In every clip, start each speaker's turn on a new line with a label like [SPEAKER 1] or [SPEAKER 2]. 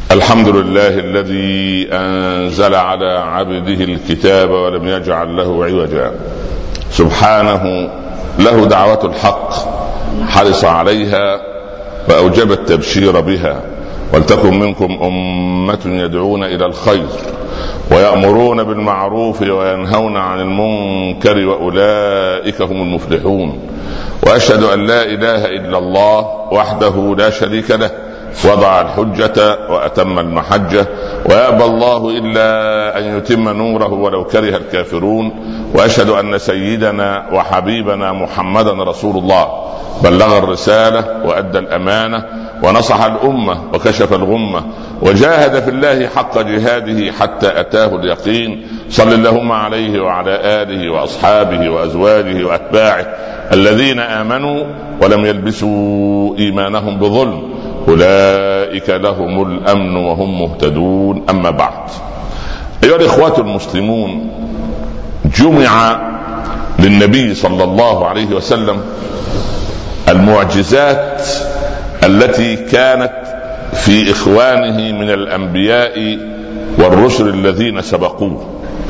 [SPEAKER 1] الحمد لله الذي أنزل على عبده الكتاب ولم يجعل له عوجا. سبحانه له دعوة الحق حرص عليها وأوجب التبشير بها. ولتكن منكم أمة يدعون إلى الخير ويأمرون بالمعروف وينهون عن المنكر وأولئك هم المفلحون. وأشهد أن لا إله إلا الله وحده لا شريك له وضع الحجة وأتم المحجة ويأبى الله إلا أن يتم نوره ولو كره الكافرون. وأشهد أن سيدنا وحبيبنا محمدا رسول الله بلغ الرسالة وأدى الأمانة ونصح الأمة وكشف الغمة وجاهد في الله حق جهاده حتى أتاه اليقين. صل اللهم عليه وعلى آله وأصحابه وأزواجه وأتباعه الذين آمنوا ولم يلبسوا إيمانهم بظلم أولئك لهم الأمن وهم مهتدون. أما بعد، أيها الإخوة المسلمون، جمع للنبي صلى الله عليه وسلم المعجزات التي كانت في إخوانه من الأنبياء والرسل الذين سبقوه،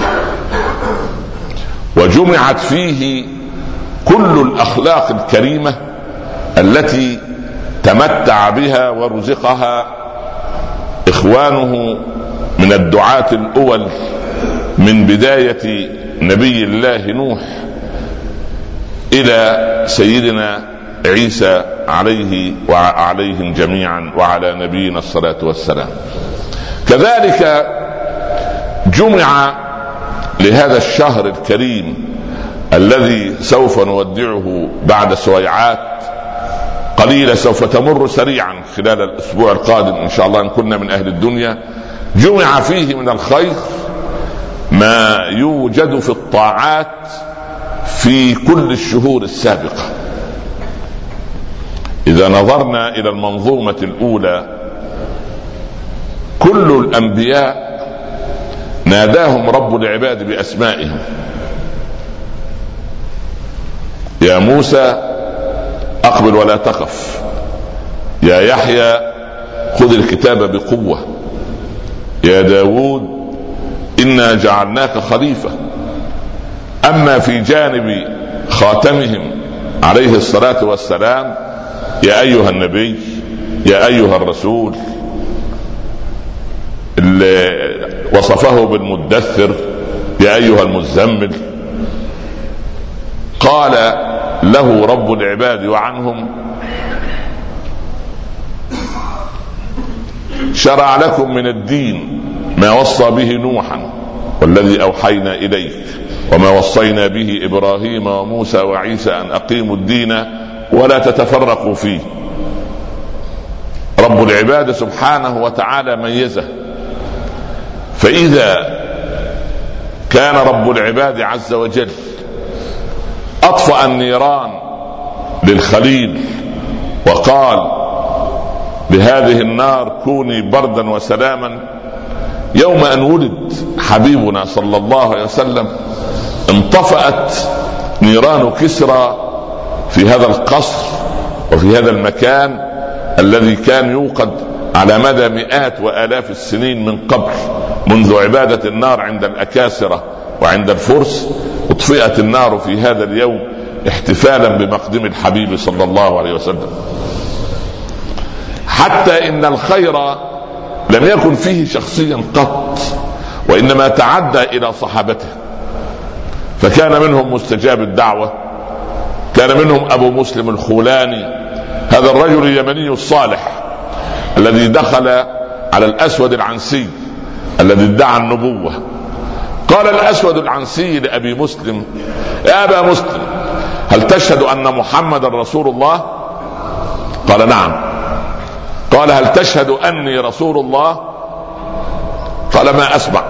[SPEAKER 1] وجمعت فيه كل الأخلاق الكريمة التي تمتع بها ورزقها إخوانه من الدعاة الأول من بداية نبي الله نوح إلى سيدنا عيسى عليه وعليهم جميعا وعلى نبينا الصلاة والسلام. كذلك جمع لهذا الشهر الكريم الذي سوف نودعه بعد سويعات قليلة، سوف تمر سريعا خلال الأسبوع القادم إن شاء الله إن كنا من أهل الدنيا، جمع فيه من الخير ما يوجد في الطاعات في كل الشهور السابقة. إذا نظرنا إلى المنظومة الأولى، كل الأنبياء ناداهم رب العباد بأسمائهم: يا موسى أقبل ولا تخف، يا يحيى خذ الكتاب بقوة، يا داود إنا جعلناك خليفة. أما في جانب خاتمهم عليه الصلاة والسلام: يا أيها النبي، يا أيها الرسول، اللي وصفه بالمدثر: يا أيها المزمل. قال له رب العباد وعنهم: شرع لكم من الدين ما وصى به نوحا والذي أوحينا إليك وما وصينا به إبراهيم وموسى وعيسى أن أقيموا الدين ولا تتفرقوا فيه. رب العباد سبحانه وتعالى ميزه، فإذا كان رب العباد عز وجل أطفأ النيران للخليل وقال بهذه النار كوني بردا وسلاما، يوم أن ولد حبيبنا صلى الله عليه وسلم انطفأت نيران كسرى في هذا القصر وفي هذا المكان الذي كان يوقد على مدى مئات وآلاف السنين من قبل، منذ عبادة النار عند الأكاسرة وعند الفرس. اطفئت النار في هذا اليوم احتفالا بمقدم الحبيب صلى الله عليه وسلم، حتى إن الخير لم يكن فيه شخصيا قط، وإنما تعدى إلى صحابته، فكان منهم مستجاب الدعوة، كان منهم أبو مسلم الخولاني، هذا الرجل اليمني الصالح الذي دخل على الأسود العنسي الذي ادعى النبوة. قال الأسود العنسي لأبي مسلم: يا أبا مسلم، هل تشهد أن محمد رسول الله؟ قال: نعم. قال: هل تشهد أني رسول الله؟ قال: ما أسمع.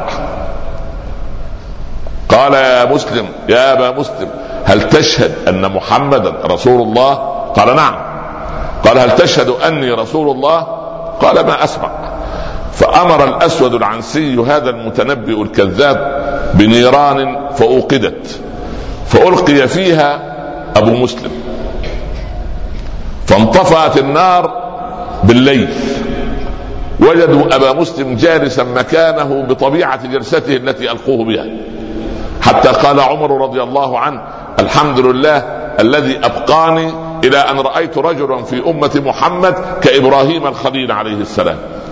[SPEAKER 1] قال يا مسلم يا أبا مسلم، هل تشهد أن محمد رسول الله؟ قال: نعم. قال: هل تشهد أني رسول الله؟ قال: ما أسمع. فأمر الأسود العنسي هذا المتنبئ الكذاب بنيران فأوقدت، فألقي فيها أبو مسلم، فانطفأت النار بالليل، وجدوا أبا مسلم جالسا مكانه بطبيعة جلسته التي ألقوه بها، حتى قال عمر رضي الله عنه: الحمد لله الذي أبقاني إلى أن رأيت رجلا في أمة محمد كإبراهيم الخليل عليه السلام.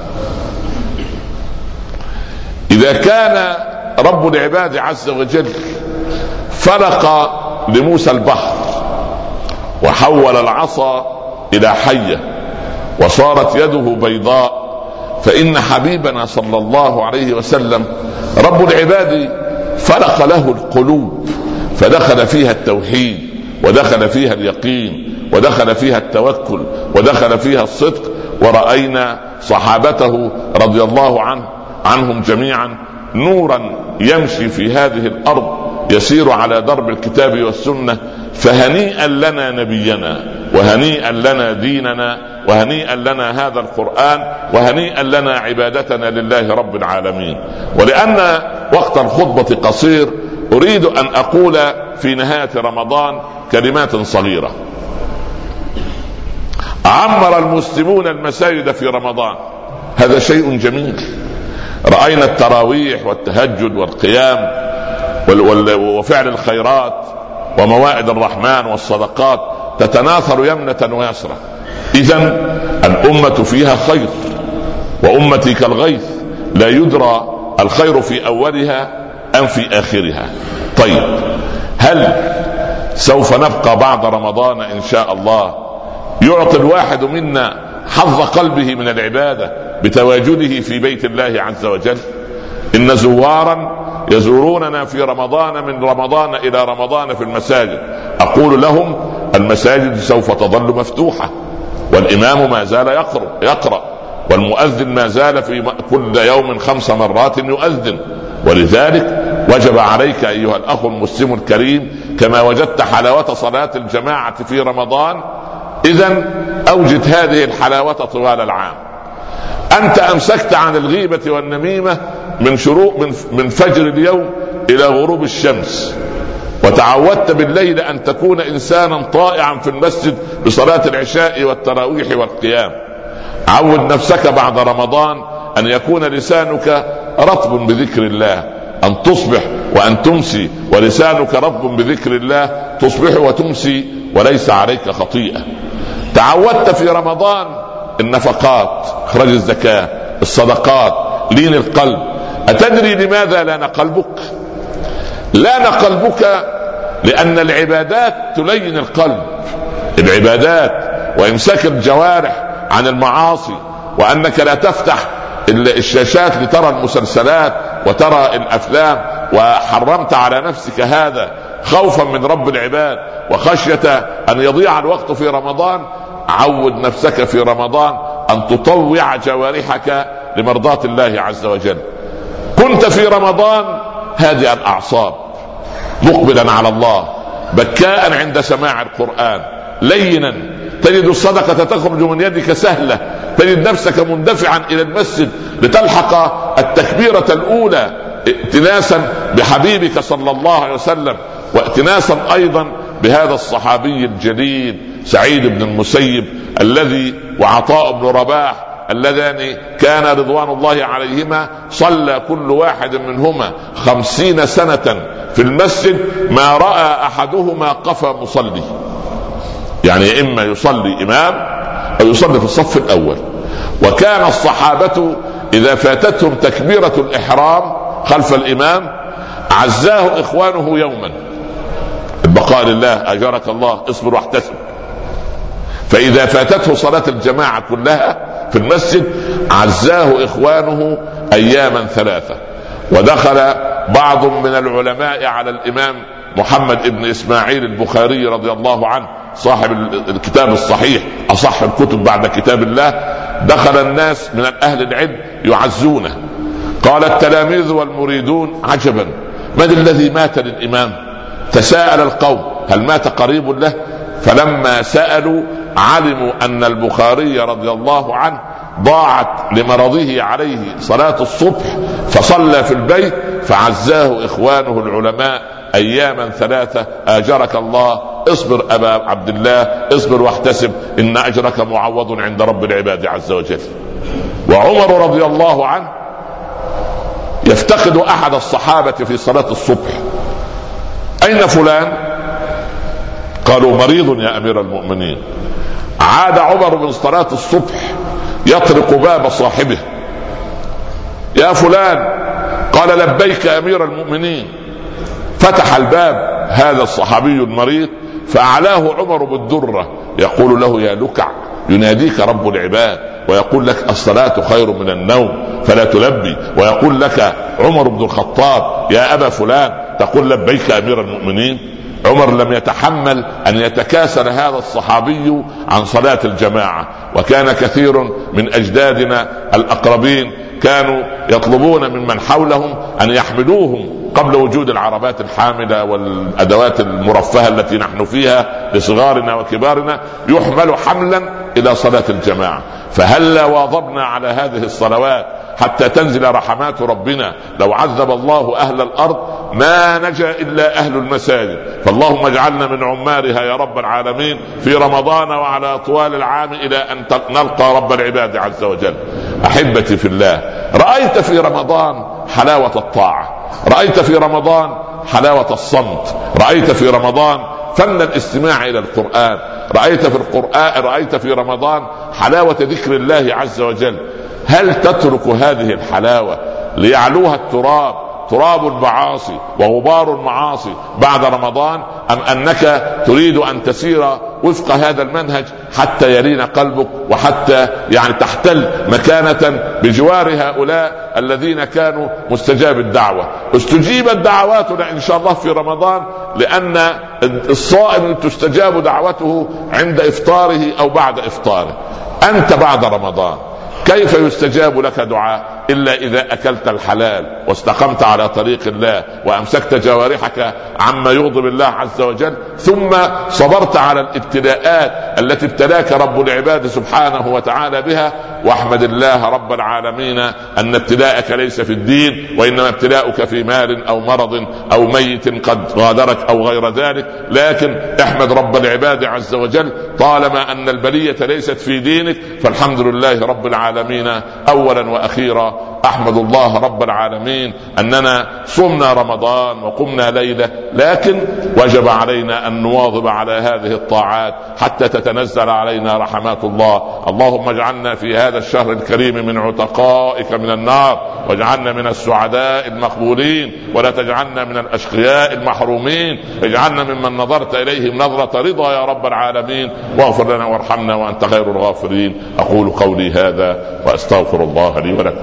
[SPEAKER 1] إذا كان رب العباد عز وجل فلق لموسى البحر وحول العصا إلى حية وصارت يده بيضاء، فإن حبيبنا صلى الله عليه وسلم رب العباد فلق له القلوب، فدخل فيها التوحيد، ودخل فيها اليقين، ودخل فيها التوكل، ودخل فيها الصدق. ورأينا صحابته رضي الله عنهم جميعا نورا يمشي في هذه الأرض، يسير على درب الكتاب والسنة. فهنيئا لنا نبينا، وهنيئا لنا ديننا، وهنيئا لنا هذا القرآن، وهنيئا لنا عبادتنا لله رب العالمين. ولأن وقت الخطبة قصير أريد أن أقول في نهاية رمضان كلمات صغيرة. عمر المسلمون المساجد في رمضان، هذا شيء جميل. رأينا التراويح والتهجد والقيام وفعل الخيرات وموائد الرحمن والصدقات تتناثر يمنة ويسرى. إذن الأمة فيها خير، وأمتي كالغيث لا يدرى الخير في أولها أم في آخرها. طيب، هل سوف نبقى بعد رمضان إن شاء الله يعطي الواحد منا حظ قلبه من العبادة بتواجده في بيت الله عز وجل؟ إن زوارا يزوروننا في رمضان، من رمضان إلى رمضان في المساجد، أقول لهم: المساجد سوف تظل مفتوحة، والإمام ما زال يقرأ، والمؤذن ما زال في كل يوم 5 مرات يؤذن. ولذلك وجب عليك أيها الأخ المسلم الكريم، كما وجدت حلاوة صلاة الجماعة في رمضان، إذن أوجد هذه الحلاوة طوال العام. أنت أمسكت عن الغيبة والنميمة من فجر اليوم إلى غروب الشمس، وتعودت بالليل أن تكون إنسانا طائعا في المسجد بصلاة العشاء والتراويح والقيام. عود نفسك بعد رمضان أن يكون لسانك رطب بذكر الله، أن تصبح وأن تمسي ولسانك رطب بذكر الله، تصبح وتمسي وليس عليك خطيئة. تعودت في رمضان النفقات، إخراج الزكاة، الصدقات، لين القلب. أتدري لماذا لان قلبك؟ لان قلبك لأن العبادات تلين القلب، العبادات وإمساك الجوارح عن المعاصي، وأنك لا تفتح الشاشات لترى المسلسلات وترى الأفلام، وحرمت على نفسك هذا خوفا من رب العباد وخشية أن يضيع الوقت في رمضان. عود نفسك في رمضان أن تطوع جوارحك لمرضاة الله عز وجل. كنت في رمضان هادئ الأعصاب، مقبلا على الله، بكاء عند سماع القرآن، لينا، تجد الصدقة تخرج من يدك سهلة، تجد نفسك مندفعا إلى المسجد لتلحق التكبيرة الأولى، ائتناسا بحبيبك صلى الله عليه وسلم، وائتناسا أيضا بهذا الصحابي الجليل سعيد بن المسيب الذي وعطاء بن رباح اللذان كان رضوان الله عليهما صلى كل واحد منهما 50 سنة في المسجد، ما رأى أحدهما قفا مصلي. يعني إما يصلي إمام أو يصلي في الصف الأول. وكان الصحابة إذا فاتتهم تكبيرة الإحرام خلف الإمام عزاه إخوانه يوما، البقاء لله، أجرك الله، اصبر واحتسب. فإذا فاتته صلاة الجماعة كلها في المسجد عزاه إخوانه أياما 3. ودخل بعض من العلماء على الإمام محمد بن إسماعيل البخاري رضي الله عنه صاحب الكتاب الصحيح، أصح الكتب بعد كتاب الله. دخل الناس من أهل العلم يعزونه. قال التلاميذ والمريدون: عجبا، من الذي مات للإمام؟ تساءل القوم: هل مات قريب له؟ فلما سألوا علموا أن البخاري رضي الله عنه ضاعت لمرضه عليه صلاة الصبح فصلى في البيت، فعزاه إخوانه العلماء أياما 3. أجرك الله، اصبر أبا عبد الله، اصبر واحتسب، إن أجرك معوض عند رب العباد عز وجل. وعمر رضي الله عنه يفتقد احد الصحابة في صلاة الصبح. اين فلان؟ قالوا مريض يا امير المؤمنين. عاد عمر من صلاة الصبح يطرق باب صاحبه: يا فلان. قال: لبيك امير المؤمنين. فتح الباب هذا الصحابي المريض فأعلاه عمر بالدرة يقول له: يا لكع، يناديك رب العباد ويقول لك الصلاة خير من النوم فلا تلبي. ويقول لك عمر بن الخطاب: يا أبا فلان، تقول لبيك أمير المؤمنين. عمر لم يتحمل أن يتكاسل هذا الصحابي عن صلاة الجماعة. وكان كثير من أجدادنا الأقربين كانوا يطلبون ممن حولهم أن يحملوهم قبل وجود العربات الحاملة والأدوات المرفهة التي نحن فيها لصغارنا وكبارنا، يحمل حملا إلى صلاة الجماعة. فهلا واظبنا على هذه الصلوات حتى تنزل رحمات ربنا. لو عذب الله أهل الأرض ما نجا إلا أهل المساجد، فاللهم اجعلنا من عمارها يا رب العالمين في رمضان وعلى طوال العام إلى أن نلقى رب العباد عز وجل. أحبتي في الله، رأيت في رمضان حلاوة الطاعة، رأيت في رمضان حلاوة الصمت، رأيت في رمضان فن الاستماع إلى القرآن، رأيت في رمضان حلاوة ذكر الله عز وجل. هل تترك هذه الحلاوة ليعلوها تراب المعاصي وغبار المعاصي بعد رمضان، أم أنك تريد أن تسير وفق هذا المنهج حتى يلين قلبك وحتى تحتل مكانة بجوار هؤلاء الذين كانوا مستجاب الدعوة؟ استجيبت دعواتنا إن شاء الله في رمضان، لأن الصائم تستجاب دعوته عند إفطاره أو بعد إفطاره. أنت بعد رمضان كيف يستجاب لك دعاء إلا إذا أكلت الحلال واستقمت على طريق الله وأمسكت جوارحك عما يغضب الله عز وجل، ثم صبرت على الابتلاءات التي ابتلاك رب العباد سبحانه وتعالى بها. واحمد الله رب العالمين أن ابتلاءك ليس في الدين، وإنما ابتلاءك في مال أو مرض أو ميت قد غادرك أو غير ذلك. لكن احمد رب العباد عز وجل طالما أن البلية ليست في دينك، فالحمد لله رب العالمين أولا وأخيرا. أحمد الله رب العالمين أننا صمنا رمضان وقمنا ليلة، لكن وجب علينا أن نواظب على هذه الطاعات حتى تتنزل علينا رحمات الله. اللهم اجعلنا في هذا الشهر الكريم من عتقائك من النار، واجعلنا من السعداء المقبولين، ولا تجعلنا من الأشقياء المحرومين. اجعلنا ممن نظرت إليهم نظرة رضا يا رب العالمين، واغفر لنا وارحمنا وأنت خير الغافرين. أقول قولي هذا وأستغفر الله لي ولكم.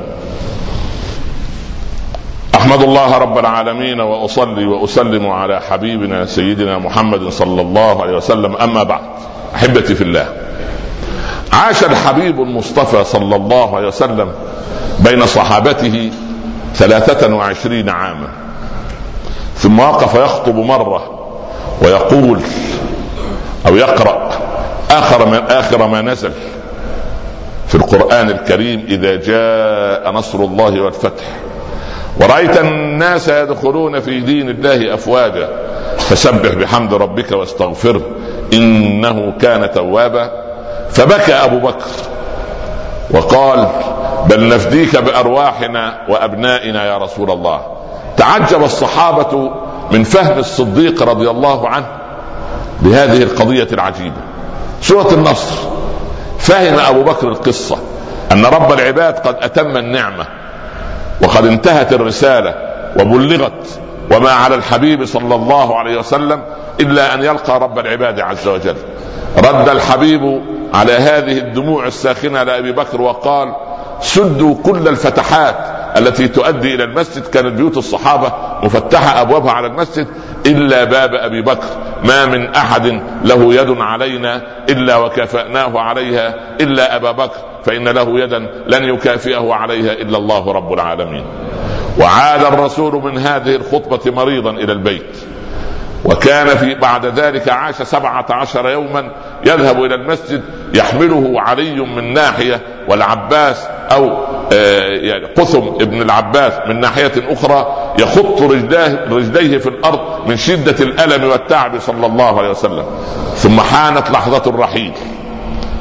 [SPEAKER 1] أحمد الله رب العالمين وأصلي وأسلم على حبيبنا سيدنا محمد صلى الله عليه وسلم. أما بعد، أحبتي في الله، عاش الحبيب المصطفى صلى الله عليه وسلم بين صحابته 23 عاما، ثم وقف يخطب مرة ويقول أو يقرأ آخر ما نزل في القرآن الكريم: إذا جاء نصر الله والفتح ورأيت الناس يدخلون في دين الله أفواجا فسبح بحمد ربك واستغفره إنه كان توابا. فبكى أبو بكر وقال: بل نفديك بأرواحنا وأبنائنا يا رسول الله. تعجب الصحابة من فهم الصديق رضي الله عنه بهذه القضية العجيبة. سورة النصر فهم أبو بكر القصة أن رب العباد قد أتم النعمة وقد انتهت الرسالة وبلغت، وما على الحبيب صلى الله عليه وسلم إلا أن يلقى رب العباد عز وجل. رد الحبيب على هذه الدموع الساخنة لأبي بكر وقال: سدوا كل الفتحات التي تؤدي إلى المسجد. كانت بيوت الصحابة مفتحة أبوابها على المسجد إلا باب أبي بكر، ما من أحد له يد علينا إلا وكافأناه عليها إلا أبا بكر، فإن له يدا لن يكافئه عليها إلا الله رب العالمين. وعاد الرسول من هذه الخطبة مريضا إلى البيت، وكان في بعد ذلك عاش 17 يوما يذهب إلى المسجد يحمله علي من ناحية والعباس أو قثم ابن العباس من ناحية أخرى يخط رجليه في الأرض من شدة الألم والتعب صلى الله عليه وسلم. ثم حانت لحظة الرحيل،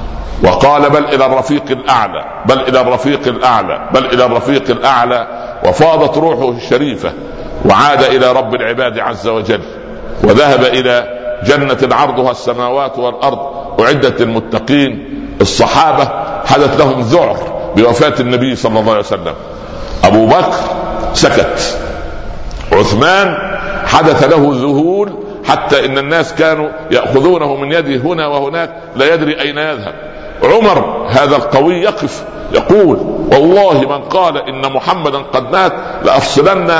[SPEAKER 1] وقال بل إلى الرفيق الأعلى، بل إلى الرفيق الأعلى، بل إلى الرفيق الأعلى. وفاضت روحه الشريفة وعاد إلى رب العباد عز وجل، وذهب إلى جنة عرضها السماوات والأرض أعدت للمتقين. الصحابة حدث لهم ذعر بوفاة النبي صلى الله عليه وسلم. أبو بكر سكت، عثمان حدث له ذهول حتى إن الناس كانوا يأخذونه من يده هنا وهناك لا يدري أين يذهب. عمر هذا القوي يقف يقول والله من قال إن محمدا قد مات لأفصلن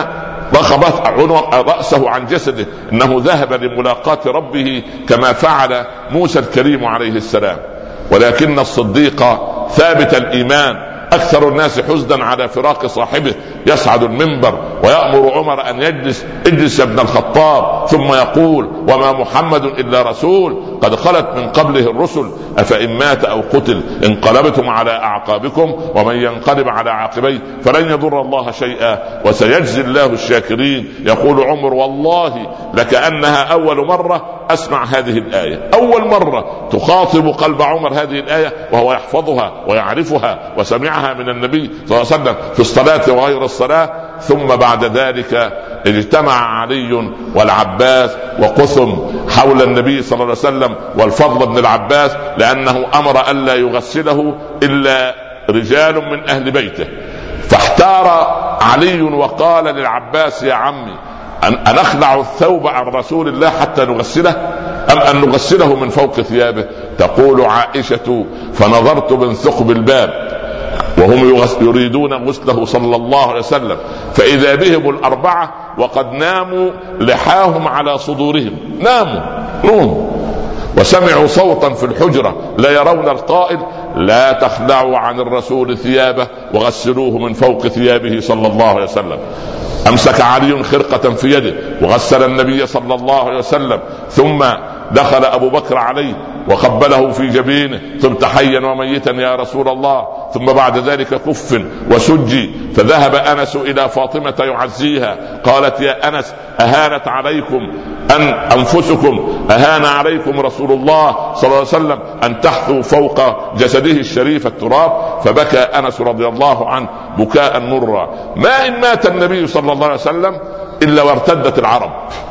[SPEAKER 1] رأسه عن جسده، إنه ذهب لملاقاة ربه كما فعل موسى الكريم عليه السلام. ولكن الصديق ثابت الإيمان أكثر الناس حزنا على فراق صاحبه يصعد المنبر ويأمر عمر أن اجلس يا ابن الخطاب، ثم يقول وما محمد إلا رسول قد خلت من قبله الرسل أفإن مات أو قتل انقلبتم على أعقابكم ومن ينقلب على عاقبيه فلن يضر الله شيئا وسيجزي الله الشاكرين. يقول عمر والله لكأنها أول مرة أسمع هذه الآية، أول مرة تخاطب قلب عمر هذه الآية وهو يحفظها ويعرفها وسمعها من النبي صلى الله عليه وسلم في الصلاة وغير الصلاة. ثم بعد ذلك اجتمع علي والعباس وقثم حول النبي صلى الله عليه وسلم والفضل بن العباس، لأنه أمر ألا يغسله إلا رجال من أهل بيته. فاحتار علي وقال للعباس يا عمي أن نخلع الثوب عن رسول الله حتى نغسله أم أن نغسله من فوق ثيابه؟ تقول عائشة فنظرت من ثقب الباب وهم يريدون غسله صلى الله عليه وسلم فإذا بهم الأربعة وقد ناموا لحاهم على صدورهم، ناموا نوم، وسمعوا صوتا في الحجرة لا يرون القائل لا تخلعوا عن الرسول ثيابه وغسلوه من فوق ثيابه صلى الله عليه وسلم. أمسك علي خرقة في يده وغسل النبي صلى الله عليه وسلم، ثم دخل أبو بكر عليه وقبله في جبينه طبت حيا وميتا يا رسول الله. ثم بعد ذلك كف وسجي، فذهب أنس إلى فاطمة يعزيها، قالت يا أنس أهانت عليكم أنفسكم، أهان عليكم رسول الله صلى الله عليه وسلم أن تحثوا فوق جسده الشريف التراب. فبكى أنس رضي الله عنه بكاء مرا. ما إن مات النبي صلى الله عليه وسلم إلا وارتدت العرب،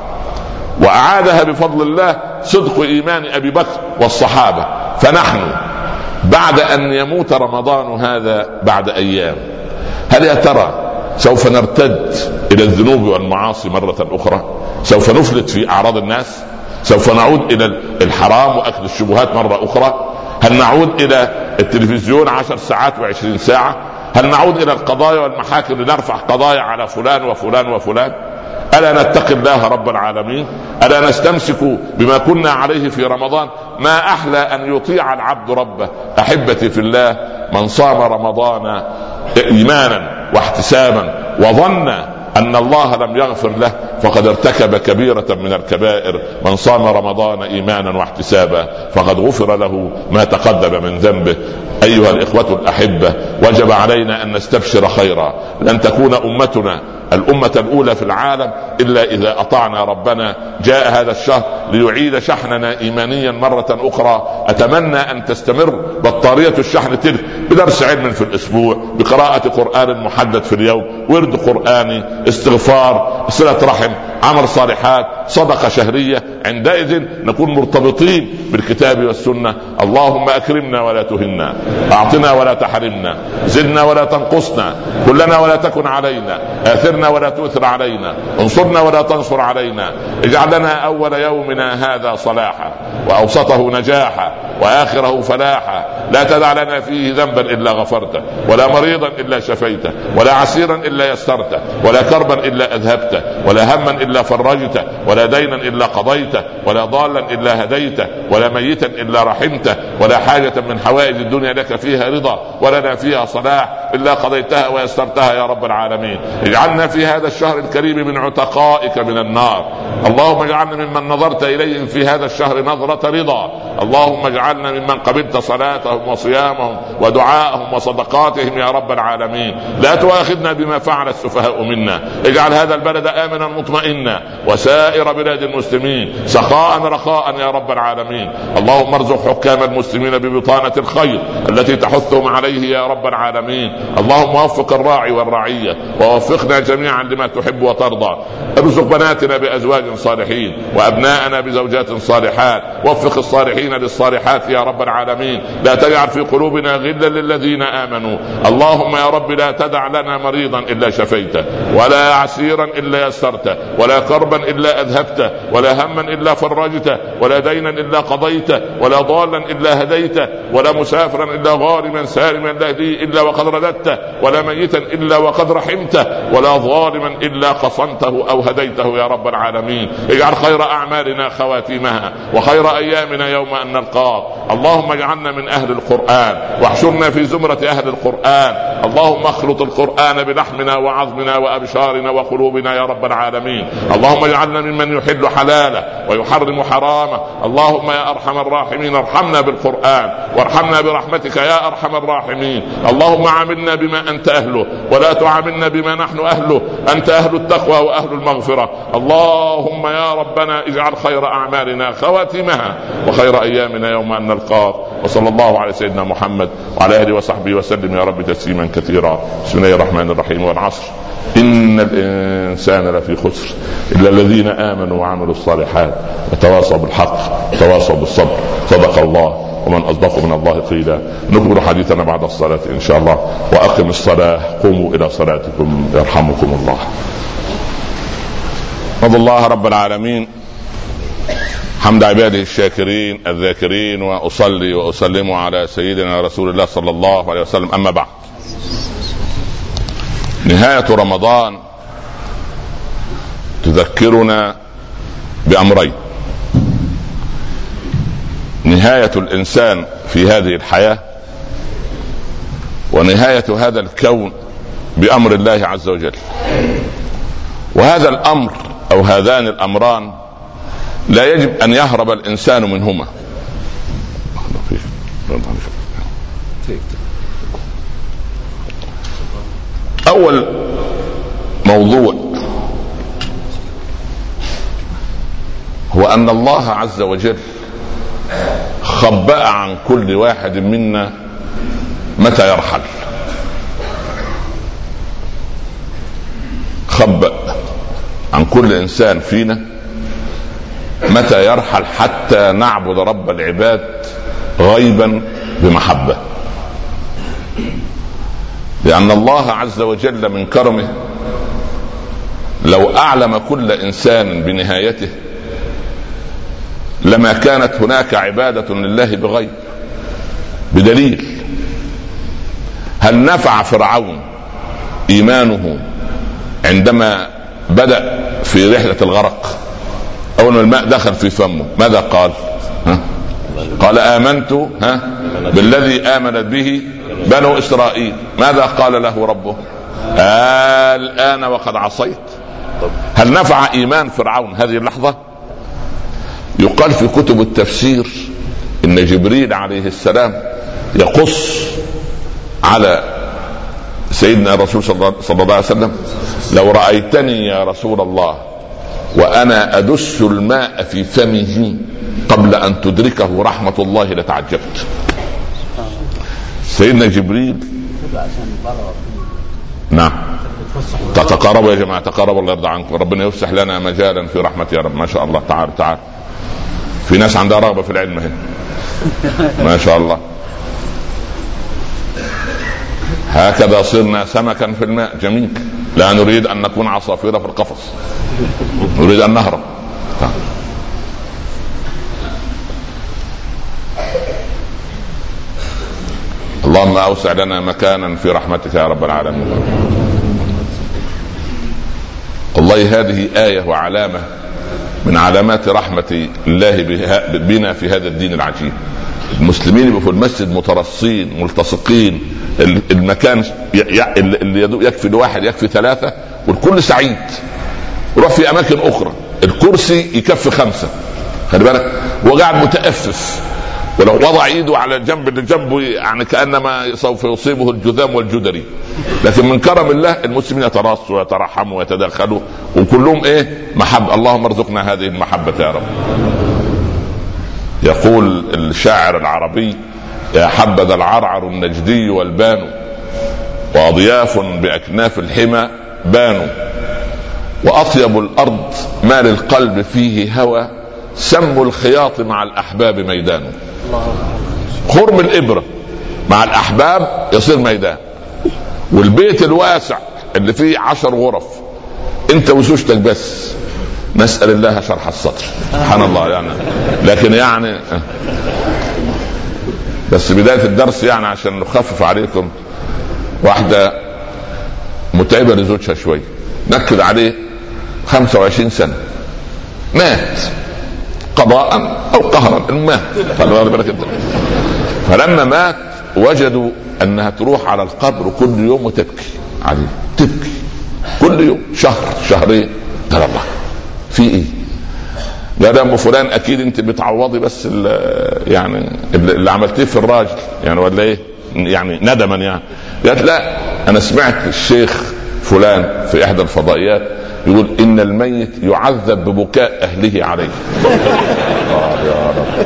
[SPEAKER 1] وأعادها بفضل الله صدق إيمان أبي بكر والصحابة. فنحن بعد أن يموت رمضان هذا بعد أيام، هل يا ترى سوف نرتد إلى الذنوب والمعاصي مرة أخرى؟ سوف نفلت في أعراض الناس؟ سوف نعود إلى الحرام وأكل الشبهات مرة أخرى؟ هل نعود إلى التلفزيون 10 ساعات و20 ساعة؟ هل نعود إلى القضايا والمحاكم لنرفع قضايا على فلان وفلان وفلان؟ ألا نتقي الله رب العالمين؟ ألا نستمسك بما كنا عليه في رمضان؟ ما أحلى أن يطيع العبد ربه. أحبتي في الله، من صام رمضان إيمانا واحتسابا وظن أن الله لم يغفر له فقد ارتكب كبيرة من الكبائر. من صام رمضان إيمانا واحتسابا فقد غفر له ما تقدم من ذنبه. أيها الإخوة الأحبة، وجب علينا أن نستبشر خيرا. لن تكون أمتنا الأمة الأولى في العالم إلا إذا أطعنا ربنا. جاء هذا الشهر ليعيد شحننا إيمانيا مرة أخرى. أتمنى أن تستمر بطارية الشحن تلك بدرس علم في الأسبوع، بقراءة قرآن محدد في اليوم، ورد قرآني، استغفار، صلة رحم، عمل صالحات، صدقة شهرية. عندئذ نكون مرتبطين بالكتاب والسنة. اللهم أكرمنا ولا تهنا، أعطنا ولا تحرمنا، زدنا ولا تنقصنا، كلنا ولا تكن علينا، آثرنا ولا تؤثر علينا، انصرنا ولا تنصر علينا. اجعل لنا أول يومنا هذا صلاحا، وأوسطه نجاحا، وآخره فلاحا. لا تدع لنا فيه ذنبا إلا غفرته، ولا مريضا إلا شفيته، ولا عسيرا إلا يسرته، ولا كربا إلا أذهبته، ولا هما إلا فرجته، ولا دينا إلا قضيته، ولا ضالا إلا هديته، ولا ميتا إلا رحمته، ولا حاجة من حوائج الدنيا لك فيها رضا ولنا فيها صلاح إلا قضيتها ويسرتها يا رب العالمين. اجعلنا في هذا الشهر الكريم من عتقائك من النار. اللهم اجعلنا ممن نظرت إليهم في هذا الشهر نظرة رضا. اللهم اجعلنا ممن قبلت صلاتهم وصيامهم ودعائهم وصدقاتهم يا رب العالمين. لا تؤاخذنا بما فعل السفهاء منا. اجعل هذا البلد آمنا مطمئنا وسائر بلاد المسلمين سخاء رخاء يا رب العالمين. اللهم ارزق حكام المسلمين ببطانة الخير التي تحثهم عليه يا رب العالمين. اللهم وفق الراعي والرعية ووفقنا جميعا لما تحب وترضى. ارزق بناتنا بأزواج صالحين وأبناءنا بزوجات صالحات. وفق الصالحين للصالحات يا رب العالمين. لا تجعل في قلوبنا غلا للذين آمنوا. اللهم يا رب لا تدع لنا مريضا إلا شفيته ولا عسيرا إلا يسرته ولا كربا إلا أذهبته ولا هما إلا فرجته ولا دينا إلا قضيته ولا ضالا إلا هديته ولا مسافرا إلا غارما سالما إلا وقد رددته ولا ميتا إلا وقد رحمته ولا ظالما إلا قصنته أو هديته يا رب العالمين. اجعل خير أعمالنا خواتيمها وخير أيامنا يوم أن نلقاك. اللهم اجعلنا من أهل القرآن واحشرنا في زمرة أهل القرآن. اللهم اخلط القرآن بلحمنا وعظمنا وأبشارنا وقلوبنا يا رب العالمين. اللهم اجعلنا ممن يحل حلاله ويحرم حرامه. اللهم يا أرحم الراحمين ارحمنا بالقرآن وارحمنا برحمتك يا أرحم الراحمين. اللهم عاملنا بما أنت أهله ولا تعاملنا بما نحن أهله. أنت أهل التقوى وأهل المغفرة. اللهم يا ربنا اجعل خير أعمالنا خواتمها وخير أيامنا يوم أن نلقاك. وصلى الله على سيدنا محمد وعلى آله وصحبه وسلم يا رب تسليما كثيرا. بسم الله الرحمن الرحيم. والعصر إن الإنسان لفي خسر إلا الذين آمنوا وعملوا الصالحات وتواصوا بالحق وتواصوا بالصبر. صدق الله ومن أصدق من الله قيلا. نكمل حديثنا بعد الصلاة إن شاء الله. وأقم الصلاة قوموا إلى صلاتكم يرحمكم الله. رضي الله رب العالمين حمد عباده الشاكرين الذاكرين. وأصلي وأسلم على سيدنا رسول الله صلى الله عليه وسلم. أما بعد، نهاية رمضان تذكرنا بأمرين: نهاية الإنسان في هذه الحياة، ونهاية هذا الكون بأمر الله عز وجل. وهذا الأمر أو هذان الأمران لا يجب أن يهرب الإنسان منهما. أول موضوع هو أن الله عز وجل خبأ عن كل واحد منا متى يرحل. خبأ عن كل إنسان فينا متى يرحل حتى نعبد رب العباد غيبا بمحبة. لأن الله عز وجل من كرمه لو أعلم كل إنسان بنهايته لما كانت هناك عبادة لله بغيب. بدليل: هل نفع فرعون إيمانه عندما بدأ في رحلة الغرق؟ أول ما الماء دخل في فمه ماذا قال؟ قال آمنت بالذي آمنت به بنو إسرائيل. ماذا قال له ربه؟ الآن وقد عصيت. هل نفع إيمان فرعون هذه اللحظة؟ يقال في كتب التفسير إن جبريل عليه السلام يقص على سيدنا الرسول صلى الله عليه وسلم: لو رأيتني يا رسول الله وأنا أدس الماء في فمه قبل أن تدركه رحمة الله لتعجبت. سيدنا جبريل. نعم، تتقاربوا يا جماعة، تقاربوا الله يرضى عنكم. ربنا يفسح لنا مجالا في رحمته يا رب. ما شاء الله. تعال في ناس عندها رغبة في العلم هنا ما شاء الله. هكذا صرنا سمكا في الماء. جميل. لا نريد أن نكون عصافير في القفص، نريد أن نهرب. اللهم أوسع لنا مكانا في رحمتك يا رب العالمين. والله هذه آية وعلامة من علامات رحمة الله بنا في هذا الدين العجيب. المسلمين يبقوا في المسجد مترصين ملتصقين، المكان اللي يكفي لواحد يكفي ثلاثة، والكل سعيد. يروح في أماكن أخرى الكرسي يكفي 5، خلي بالك، وقاعد متأفف، ولو وضع ايده على الجنب اللي جنبه يعني كانما سوف يصيبه الجذام والجدري. لكن من كرم الله المسلمين يتراصوا ويترحموا ويتداخلوا، وكلهم ايه؟ محبه. اللهم ارزقنا هذه المحبه يا رب. يقول الشاعر العربي: يا حبذا العرعر النجدي والبان، واضياف باكناف الحمى بانوا، واطيب الارض ما للقلب فيه هوى، سم الخياط مع الاحباب ميدان. خرم الابره مع الاحباب يصير ميدان. والبيت الواسع اللي فيه 10 غرف انت وزوجتك بس، نسال الله شرح الصدر، سبحان الله يعني. لكن يعني بس بدايه الدرس يعني عشان نخفف عليكم، واحده متعبه لزوجها شويه، نكد عليه 25 سنه، مات قضاء او قهرا، مات. فلما مات وجدوا انها تروح على القبر كل يوم وتبكي عليه، تبكي كل يوم، شهر شهرين. قال الله في ايه؟ قال ام فلان اكيد انت بتعوضي بس يعني اللي عملتيه في الراجل يعني، ولا ايه يعني ندما يعني. قالت لا، انا سمعت الشيخ فلان في احدى الفضائيات يقول ان الميت يعذب ببكاء اهله عليه. يا رب.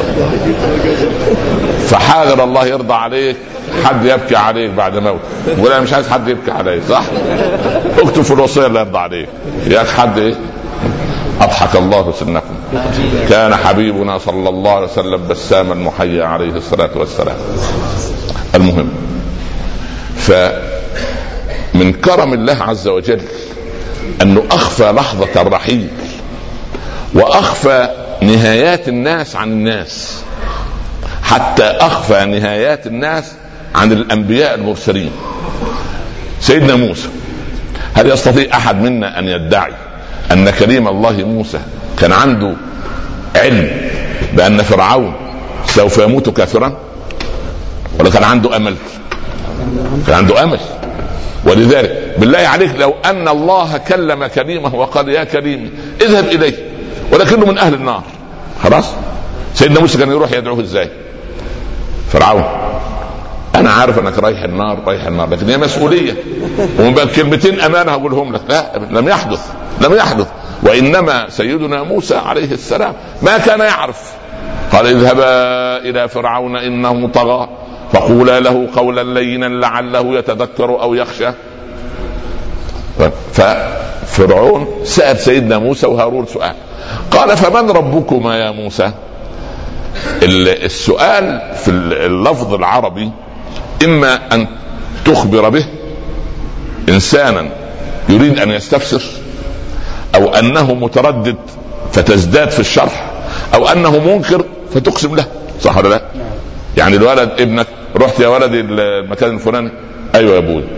[SPEAKER 1] فحاضر الله يرضى عليك حد يبكي عليك بعد موت، ولا مش عايز حد يبكي عليك، صح؟ اكتب في الوصيه الله يرضى عليك يا حد ايه. اضحك الله سنكم. كان حبيبنا صلى الله عليه وسلم بساما محيا عليه الصلاه والسلام. المهم، فمن كرم الله عز وجل انه اخفى لحظه الرحيل واخفى نهايات الناس عن الناس، حتى اخفى نهايات الناس عن الانبياء المرسلين. سيدنا موسى، هل يستطيع احد منا ان يدعي ان كريم الله موسى كان عنده علم بان فرعون سوف يموت كافرا، ولا كان عنده امل؟ كان عنده امل. ولذلك بالله عليك لو ان الله كلم كريمه وقال يا كريم اذهب اليه، ولكنه من اهل النار، خلاص سيدنا موسى كان يروح يدعوه ازاي؟ فرعون انا عارف انك رايح النار رايح النار، لكن هي مسؤوليه، ومن بين كلمتين امانه هقولهم لك. لا، لم يحدث. وانما سيدنا موسى عليه السلام ما كان يعرف. قال اذهبا الى فرعون انه طغى فقولا له قولا لينا لعله يتذكر او يخشى. ففرعون سأل سيدنا موسى وهارون سؤال، قال فمن ربكما يا موسى؟ السؤال في اللفظ العربي اما ان تخبر به انسانا يريد ان يستفسر، او انه متردد فتزداد في الشرح، او انه منكر فتقسم له، صح ولا لا؟ يعني الولد ابنك، رحت يا ولدي المكان الفلاني، ايوه يا ابوي.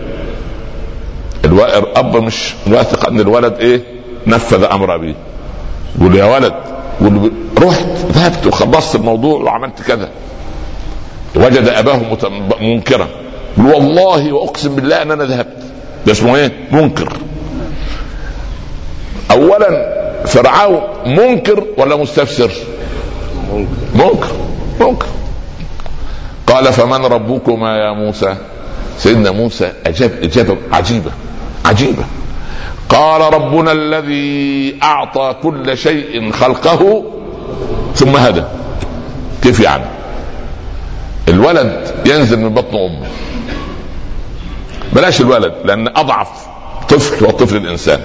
[SPEAKER 1] الاب مش واثق ان الولد ايه نفذ امر ابيه، يقول يا ولد، رحت ذهبت وخلصت الموضوع وعملت كذا. وجد اباه منكرا، يقول والله واقسم بالله ان انا ذهبت. ده اسمه ايه؟ منكر. اولا فرعون منكر ولا مستفسر؟ منكر. قال فمن ربكما يا موسى؟ سيدنا موسى اجاب اجابه عجيبه. قال ربنا الذي اعطى كل شيء خلقه ثم هدى. كيف يعني؟ الولد ينزل من بطن امه، بلاش الولد لان اضعف طفل هو طفل الانسان.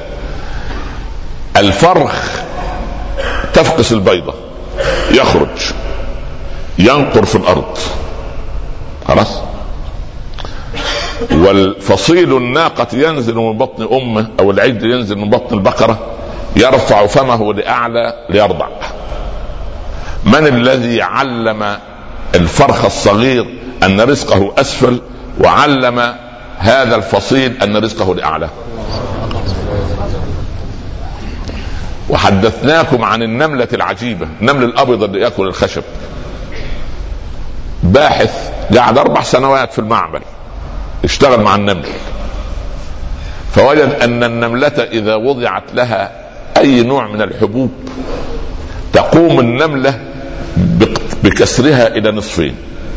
[SPEAKER 1] الفرخ تفقس البيضة، يخرج ينقر في الارض، خلاص. والفصيل الناقة ينزل من بطن امه، او العجل ينزل من بطن البقرة، يرفع فمه لاعلى ليرضع. من الذي علم الفرخ الصغير ان رزقه اسفل، وعلم هذا الفصيل ان رزقه لاعلى؟ وحدثناكم عن النملة العجيبة، النمل الابيض اللي ياكل الخشب. باحث قعد 4 سنوات في المعمل اشتغل مع النمل، فوجد ان النملة اذا وضعت لها اي نوع من الحبوب تقوم النملة بكسرها الى نصفين،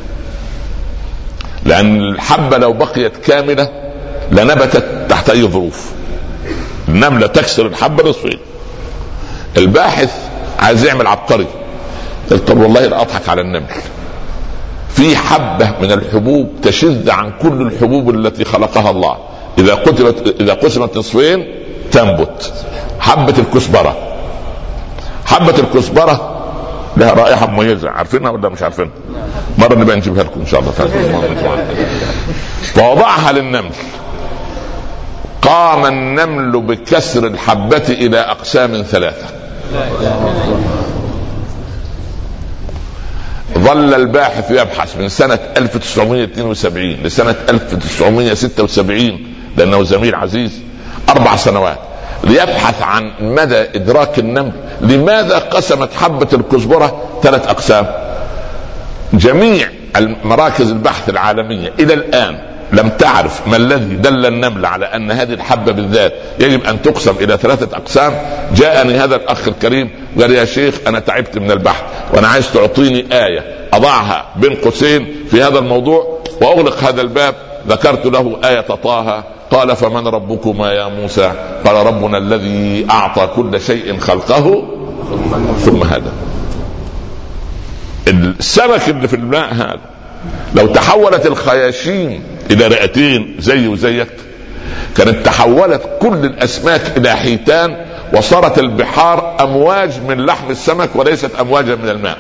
[SPEAKER 1] لان الحبة لو بقيت كاملة لنبتت تحت اي ظروف. النملة تكسر الحبة نصفين. الباحث عايز يعمل عبقري، قلت طب والله لا اضحك على النمل، في حبة من الحبوب تشذ عن كل الحبوب التي خلقها الله، اذا قسمت نصفين تنبت. حبة الكزبرة. حبة الكزبرة لها رائحة مميزة، عارفينها ولا مش عارفينها؟ مرة نبقى نجيبها لكم ان شاء الله تعالى. فوضعها للنمل، قام النمل بكسر الحبة الى اقسام 3. ظل الباحث يبحث من سنة 1972 لسنة 1976، لأنه زميل عزيز، 4 سنوات ليبحث عن مدى إدراك النمل لماذا قسمت حبة الكزبرة 3 أقسام. جميع مراكز البحث العالمية إلى الآن لم تعرف ما الذي دل النمل على أن هذه الحبة بالذات يجب أن تقسم إلى 3 أقسام. جاءني هذا الأخ الكريم قال يا شيخ أنا تعبت من البحث وأنا عايز تعطيني آية أضعها بين قوسين في هذا الموضوع وأغلق هذا الباب. ذكرت له آية طه، قال فمن ربكما يا موسى؟ قال ربنا الذي أعطى كل شيء خلقه ثم هدى. السمك اللي في الماء هذا لو تحولت الخياشيم إلى رئتين زي وزيك كانت تحولت كل الأسماك إلى حيتان، وصارت البحار أمواج من لحم السمك وليست أمواجا من الماء.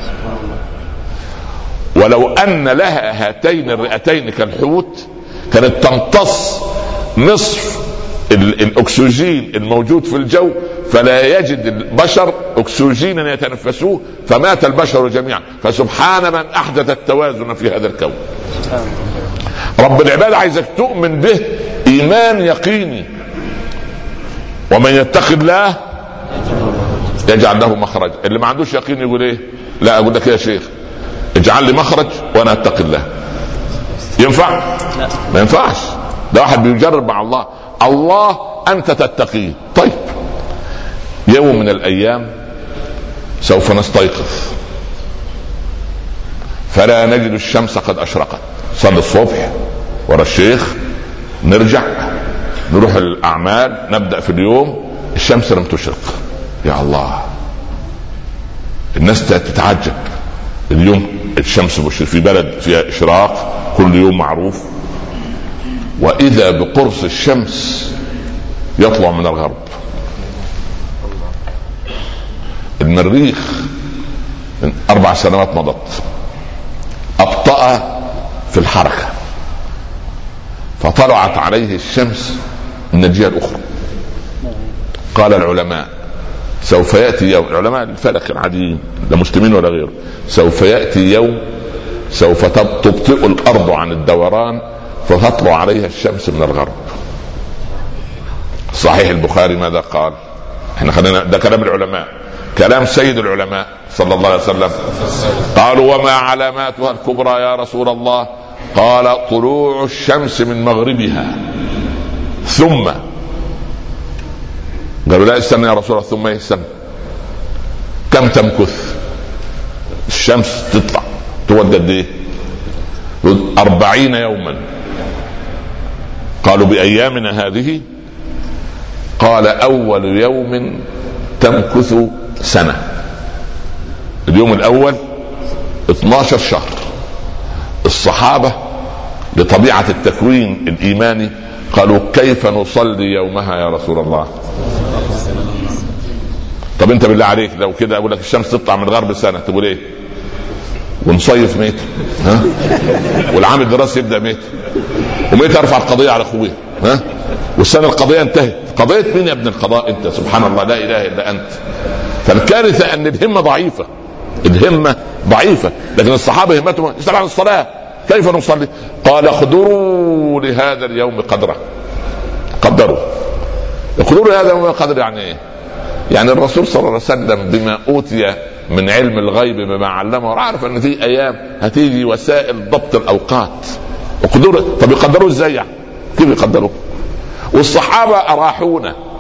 [SPEAKER 1] ولو أن لها هاتين الرئتين كالحوت كانت تمتص نصف الأكسجين الموجود في الجو، فلا يجد البشر أكسجينا يتنفسوه، فمات البشر جميعا. فسبحان من أحدث التوازن في هذا الكون. رب العباد عايزك تؤمن به إيمان يقيني. ومن يتق الله يجعل له مخرج. اللي ما عندوش يقين يقول ايه؟ لا اقول لك يا شيخ اجعل لي مخرج وانا اتق الله. ينفع؟ ما ينفعش. ده واحد بيجرب مع الله. الله انت تتقيه. طيب يوم من الايام سوف نستيقظ فلا نجد الشمس قد اشرقت. صلي الصبح ورا الشيخ، نرجع نروح الاعمال، نبدا في اليوم، الشمس لم تشرق. يا الله، الناس تتعجب. اليوم الشمس في بلد فيها اشراق كل يوم معروف، واذا بقرص الشمس يطلع من الغرب. المريخ من 4 سنوات مضت ابطأ في الحركة، فطلعت عليه الشمس من الجهة الأخرى. قال العلماء سوف يأتي يوم، علماء الفلك العاديين لا مسلمين ولا غيره، سوف يأتي يوم سوف تبطئ الأرض عن الدوران فتطلع عليها الشمس من الغرب. صحيح البخاري ماذا قال؟ احنا خلينا ده كلام العلماء، كلام سيد العلماء صلى الله عليه وسلم. قالوا وما علاماتها الكبرى يا رسول الله؟ قال طلوع الشمس من مغربها. ثم قالوا لا استنى يا رسول الله، ثم استنى كم تمكث الشمس تطلع تود قد ايه؟ 40 يوما. قالوا بأيامنا هذه؟ قال أول يوم تمكث سنة. اليوم الأول 12 شهر. الصحابة لطبيعة التكوين الإيماني قالوا كيف نصلي يومها يا رسول الله؟ طب انت بالله عليك لو كده اقول لك الشمس تطلع من الغرب سنة تقول ايه؟ ونصيف ميت، ها؟ والعام الدراسي يبدأ ميت، وميت ارفع القضية على اخويا، ها؟ والسنة القضية انتهت. قضية مين يا ابن القضاء انت؟ سبحان الله لا اله الا انت. فالكارثة ان الهمة ضعيفة، الهمة ضعيفة. لكن الصحابة همتهم يسأل عن الصلاة كيف نصلي؟ قال اقدروا لهذا اليوم قدره. قدروا. اقدروا لهذا اليوم قدر يعني ايه؟ يعني الرسول صلى الله عليه وسلم بما اوتي من علم الغيب بما علمه وعرف ان في ايام هتيجي وسائل ضبط الاوقات. اقدروا. طب يقدروا ازاي يعني؟ كيف يقدروا؟ والصحابة اراحونا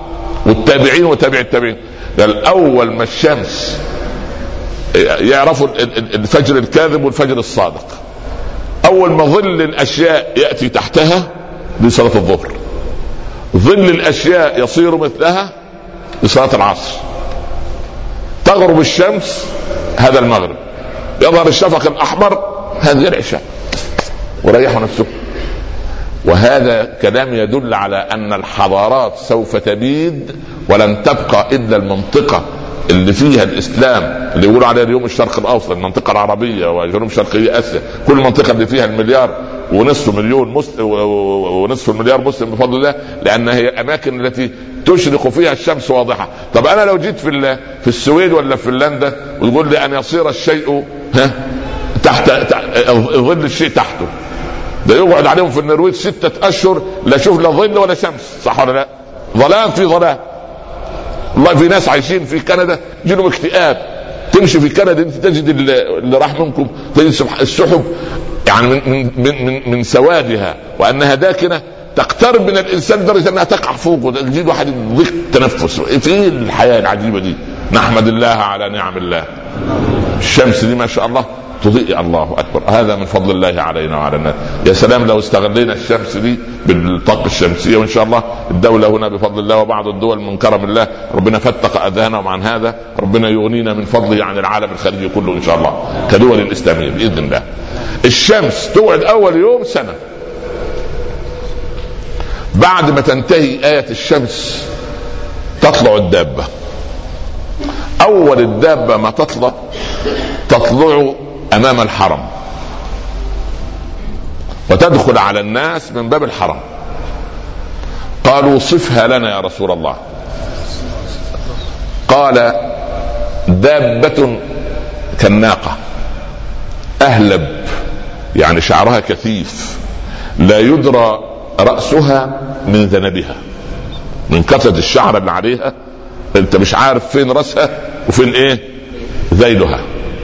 [SPEAKER 1] والتابعين وتابع التابعين. قال اول ما الشمس يعرفوا الفجر الكاذب والفجر الصادق، اول ما ظل الاشياء ياتي تحتها لصلاه الظهر، ظل الاشياء يصير مثلها لصلاه العصر. تغرب الشمس هذا المغرب، يظهر الشفق الاحمر هذه العشاء، وريحوا نفسكم. وهذا كلام يدل على ان الحضارات سوف تبيد، ولن تبقى الا المنطقه اللي فيها الاسلام اللي يقولوا عليها اليوم الشرق الاوسط، المنطقه العربيه وجنوب شرقيه اسيا، كل المنطقه اللي فيها المليار ونصف مليون مسلم ونصف المليار مسلم بفضل الله، لان هي الاماكن التي تشرق فيها الشمس واضحه. طب انا لو جيت في السويد ولا في فنلندا وتقول لي ان يصير الشيء تحت ظل الشيء تحته، ده يقعد عليهم في النرويج 6 أشهر لا شوف لا ظل ولا شمس، صح ولا لا؟ ظلام في ظلام. والله في ناس عايشين في كندا جيلهم اكتئاب، تمشي في كندا انت تجد اللي راح منكم تجد السحب يعني من سوادها وانها داكنه تقترب من الانسان لدرجه انها تقع فوقه، تجد واحد يضيق تنفس. في الحياه العجيبه دي نحمد الله على نعم الله. الشمس دي ما شاء الله تضيء، الله اكبر، هذا من فضل الله علينا وعلى الناس. يا سلام لو استغلينا الشمس دي بالطاقه الشمسيه، وان شاء الله الدوله هنا بفضل الله وبعض الدول من كرم الله ربنا فتق اذهانهم عن هذا، ربنا يغنينا من فضله عن العالم الخارجي كله ان شاء الله كدول الاسلاميه باذن الله. الشمس توعد اول يوم سنه، بعد ما تنتهي آية الشمس تطلع الدابة. أول الدابة ما تطلع أمام الحرم وتدخل على الناس من باب الحرم. قالوا صفها لنا يا رسول الله. قال دابة كالناقة أهلب، يعني شعرها كثيف، لا يدرى رأسها من ذنبها، من كثرة الشعر اللي عليها انت مش عارف فين رأسها وفين ايه ذيلها.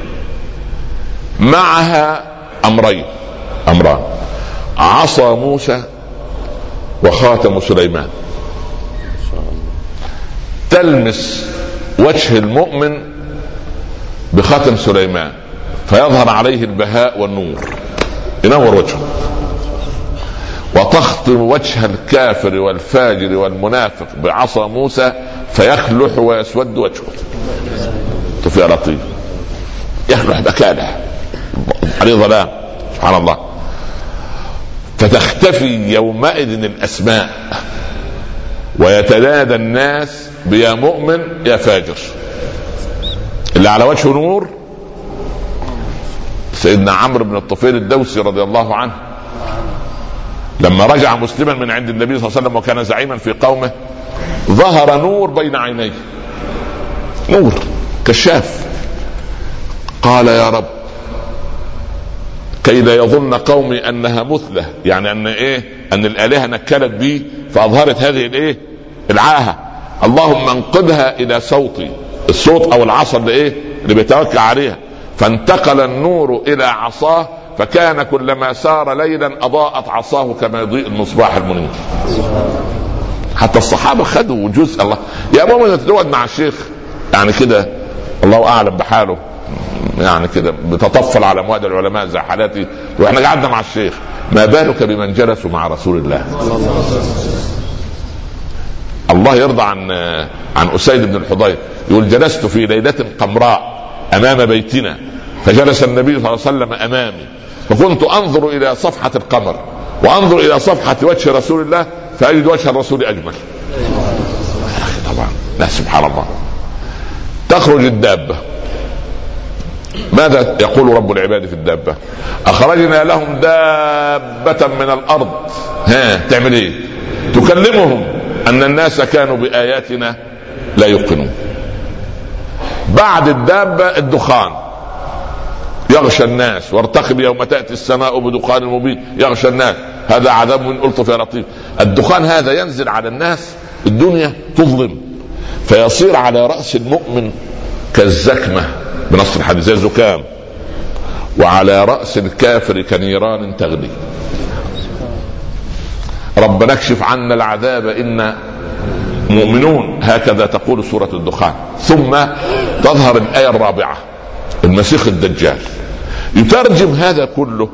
[SPEAKER 1] معها امران، عصا موسى وخاتم سليمان، تلمس وجه المؤمن بخاتم سليمان فيظهر عليه البهاء والنور، ينور وجهه، وتخطم وجه الكافر والفاجر والمنافق بعصا موسى فيخلح ويسود وجهه. طفي لطيف يخلح بكاله عليه ظلام، سبحان الله. فتختفي يومئذ الاسماء ويتنادى الناس بيا مؤمن يا فاجر. اللي على وجهه نور سيدنا عمرو بن الطفيل الدوسي رضي الله عنه، لما رجع مسلما من عند النبي صلى الله عليه وسلم وكان زعيما في قومه، ظهر نور بين عينيه، نور كشاف. قال يا رب كي لا يظن قومي انها مثله، يعني ان ايه، ان الالهه نكلت بي فاظهرت هذه الايه العاهه، اللهم انقذها الى صوتي، الصوت او العصا اللي ايه اللي بيتوكل عليها. فانتقل النور الى عصاه، فكان كلما سار ليلا اضاءت عصاه كما يضيء المصباح المنير. حتى الصحابه خدوا جزء. الله يا مؤمن تقعد مع الشيخ يعني كده الله اعلم بحاله، يعني كده بتطفل على اموال العلماء زي حالاتي واحنا قعدنا مع الشيخ، ما بالك بمن جلسوا مع رسول الله. الله يرضى عن أسيد بن الحضير يقول جلست في ليلة قمراء امام بيتنا فجلس النبي صلى الله عليه وسلم امامي فكنت انظر الى صفحة القمر وانظر الى صفحة وجه رسول الله فاجد وجه الرسول اجمل. طبعا لا سبحان الله. تخرج الدابة، ماذا يقول رب العباد في الدابة؟ اخرجنا لهم دابة من الارض، تعمل ايه؟ تكلمهم ان الناس كانوا باياتنا لا يوقنون. بعد الدابة الدخان يغشى الناس، وارتقب يوم تأتي السماء بدخان مبين يغشى الناس، هذا عذاب من ألطف يا لطيف. الدخان هذا ينزل على الناس، الدنيا تظلم فيصير على رأس المؤمن كالزكمة بنص الحديث زي الزكام، وعلى رأس الكافر كنيران تغلي. ربنا اكشف عنا العذاب إنا مؤمنون هكذا تقول سورة الدخان. ثم تظهر الآية الرابعة المسيح الدجال. يترجم هذا كله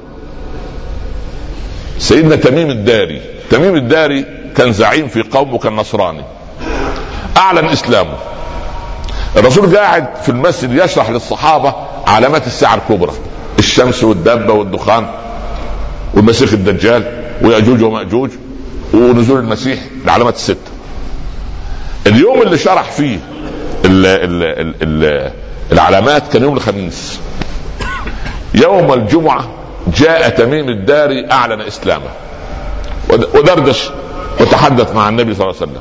[SPEAKER 1] سيدنا تميم الداري. تميم الداري كان زعيم في قوم وكان نصراني، أعلن إسلامه. الرسول قاعد في المسجد يشرح للصحابة علامات الساعة الكبرى، الشمس والدابة والدخان والمسيح الدجال ويأجوج ومأجوج ونزول المسيح، العلامات الستة. اليوم اللي شرح فيه العلامات كان يوم الخميس. يوم الجمعة جاء تميم الداري أعلن إسلامه ودردش وتحدث مع النبي صلى الله عليه وسلم.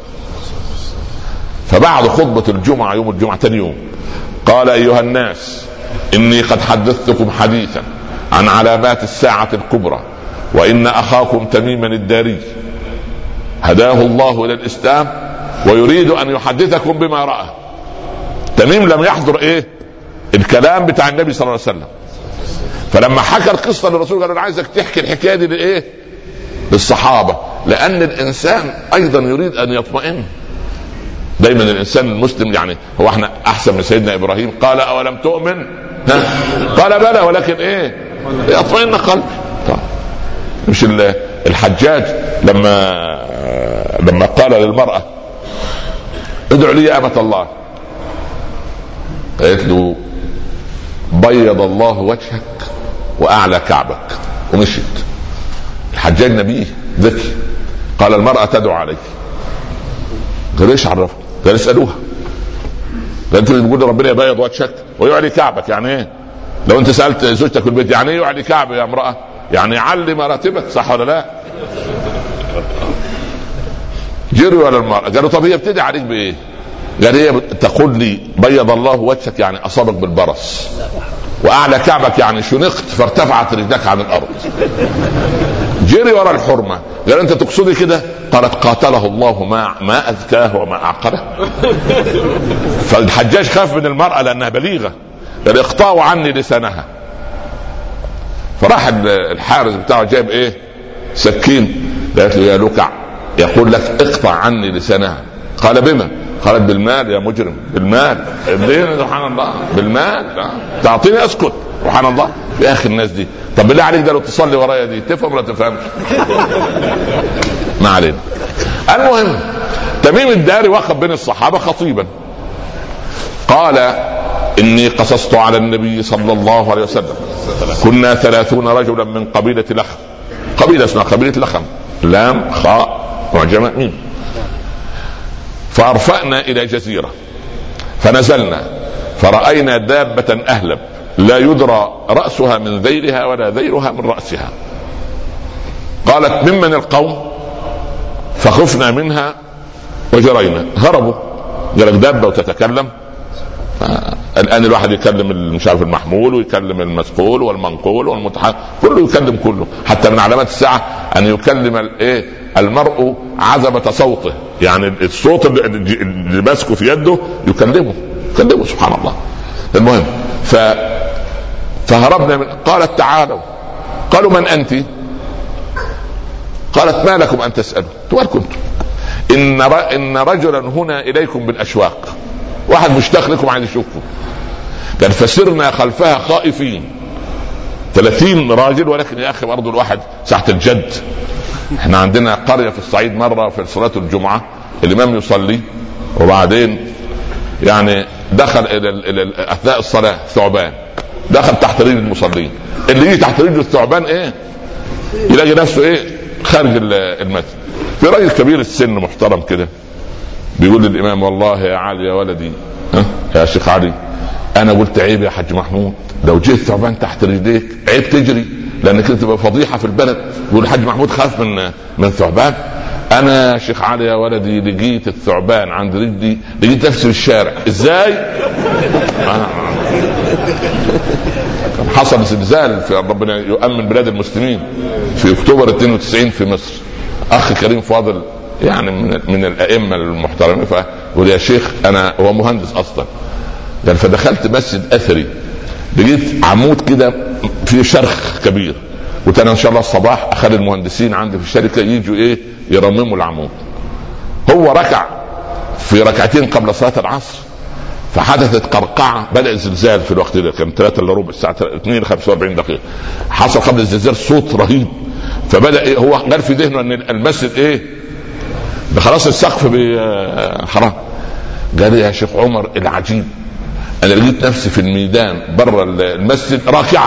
[SPEAKER 1] فبعد خطبة الجمعة يوم الجمعة تاني يوم قال: أيها الناس، إني قد حدثتكم حديثا عن علامات الساعة الكبرى، وإن أخاكم تميما الداري هداه الله إلى الإسلام ويريد أن يحدثكم بما رأى. تميم لم يحضر الكلام بتاع النبي صلى الله عليه وسلم، فلما حكى القصة للرسول قال: أنا عايزك تحكي الحكاية دي للصحابة، لأن الإنسان أيضا يريد أن يطمئن. دايما الإنسان المسلم يعني هو احنا أحسن من سيدنا إبراهيم، قال: أولم تؤمن؟ قال: بلى ولكن يطمئن قلبي. مش الحجاج لما قال للمرأة: ادعو لي يا أمة الله، قالت له: بيض الله وجهك وأعلى كعبك، ومشيت. الحجاج نبيه ذكي، قال: المرأة تدعو عليك. قال: ايش عرفها؟ قال: اسألوها. قال: انت بتقول ربنا يبيض وجهك ويعلي كعبك، يعني ايه؟ لو انت سألت زوجتك في البيت يعني ايه يعلي كعبه يا امرأة؟ يعني علي مراتبك، صح ولا لا؟ جري ولا المرأة. قالوا: طب هي بتدعي عليك بايه؟ قال: هي تقول لي بيض الله وجهك يعني اصابك بالبرص، واعلى كعبك يعني شنقت فارتفعت رجلك عن الارض. جري ورا الحرمة. قال: انت تقصدي كده؟ قالت: قاتله الله ما اذكاه وما اعقله. فالحجاج خاف من المرأة لانها بليغة، قال: اقطعوا عني لسانها. فراح الحارس بتاعه جايب سكين. قالت له: يا لكع، يقول لك اقطع عني لسانها. قال: بما؟ قالت: بالمال يا مجرم، بالمال. سبحان الله، بالمال تعطيني اسكت. سبحان الله يا اخي الناس دي. طب بالله عليك ده لو تصلي ورايا دي تفهم ولا تفهمش؟ ما علينا. المهم تميم الداري وقف بين الصحابة خطيبا، قال: إني قصصت على النبي صلى الله عليه وسلم، كنا 30 رجلا من قبيلة لخم. قبيلة اسمها قبيلة لخم، لام خاء معجمة ميم. فأرفأنا إلى جزيرة فنزلنا فرأينا دابة أهلب لا يدرى رأسها من ذيلها ولا ذيلها من رأسها. قالت: ممن القوم؟ فخفنا منها وجرينا. هربوا. قالت: دابة وتتكلم؟ الآن الواحد يكلم مش عارف المحمول ويكلم المسؤول والمنقول والمتحدث، كله يكلم كله. حتى من علامات الساعة أن يكلم المرء عزبة صوته، يعني الصوت اللي ماسكه في يده يكلمه سبحان الله. المهم فهربنا من. قالت: تعالوا. قالوا: من أنت؟ قالت: ما لكم أن تسألوا؟ وين كنتم؟ إن رجلا هنا إليكم بالأشواق، واحد مشتاق لكم عايز يشوفكم. قال: فسرنا خلفها خائفين. 30 راجل، ولكن يا أخي برضو الواحد ساعة الجد. احنا عندنا قرية في الصعيد مرة في صلاة الجمعة الإمام يصلي وبعدين يعني دخل إلى أثناء الصلاة ثعبان دخل تحت رجل المصلين. اللي يجي تحت رجل الثعبان يلاقي نفسه خارج المسجد. في راجل كبير السن محترم كده بيقول للإمام: والله يا علي يا ولدي، يا شيخ علي، أنا قلت عيب يا حاج محمود لو جيت ثعبان تحت رجليك عيب تجري، لأنك تبقى فضيحة في البلد. يقول الحاج محمود خاف من ثعبان. أنا يا شيخ علي يا ولدي لقيت الثعبان عند رجلي، لقيت نفسي في الشارع. إزاي؟ حصل زلزال في ربنا يؤمن بلاد المسلمين في أكتوبر 92 في مصر. أخ كريم فاضل يعني من الأئمة المحترمين فقال: يا شيخ أنا هو مهندس أصلا. قال: فدخلت مسجد أثري لقيت عمود كده فيه شرخ كبير، قلت أنا إن شاء الله الصباح أخلي المهندسين عندي في الشركة يجوا يرمموا العمود. هو ركع في ركعتين قبل صلاة العصر، فحدثت قرقعة، بدأ الزلزال في الوقت ده، كان 3 إلا ربع، الساعة 2:45 دقيقة حصل قبل الزلزال صوت رهيب. فبدأ هو قال في ذهنه ان المسجد ده خلاص السقف حرام. قال يا شيخ عمر العجيب، انا لقيت نفسي في الميدان بره المسجد راكعا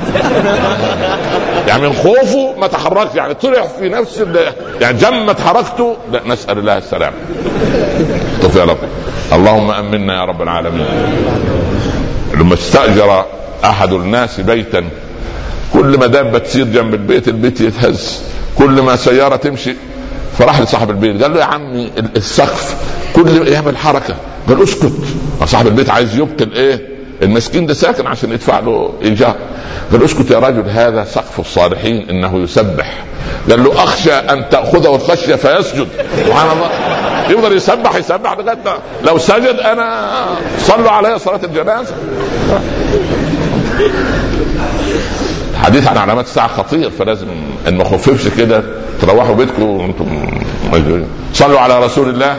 [SPEAKER 1] يعني من خوفه ما تحركت، يعني طلع في نفس يعني جمت حركته. لا نسأل الله السلام. طف يا رب، اللهم أمنا يا رب العالمين. لما استأجر أحد الناس بيتا، كل ما دابة تسير جنب البيت يتهز، كل ما سيارة تمشي، فراح لصاحب البيت قال له يا عمي السقف كل يعمل حركة. قال اسكت، صاحب البيت عايز يبطل المسكين ده ساكن عشان يدفع له ايجار. قال اسكت يا رجل، هذا سقف الصالحين انه يسبح. قال له اخشى ان تاخذه الخشيه فيسجد. سبحان الله، يقدر يسبح لغايه لو سجد انا صلوا عليه صلاه الجنازه. الحديث عن علامات الساعه خطير، فلازم ان ما خففش كده تروحوا بيتكم وانتم صلوا على رسول الله.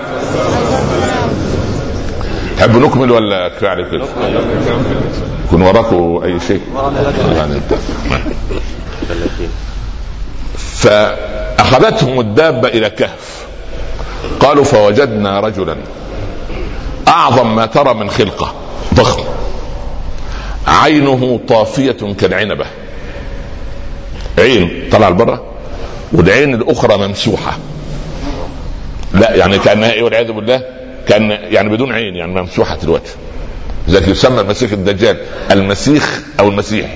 [SPEAKER 1] تحبوا نكمل ولا كفايه عليك كده؟ يكون وراكم اي شيء يعني. فاخذتهم الدابه الى كهف، قالوا فوجدنا رجلا اعظم ما ترى من خلقه، ضخم، عينه طافيه كالعنبه، عين طلع البره والعين الاخرى ممسوحه، لا يعني كانها والعياذ بالله كان يعني بدون عين، يعني ممسوحه الوجه. ذلك يسمى المسيح الدجال، المسيح او المسيح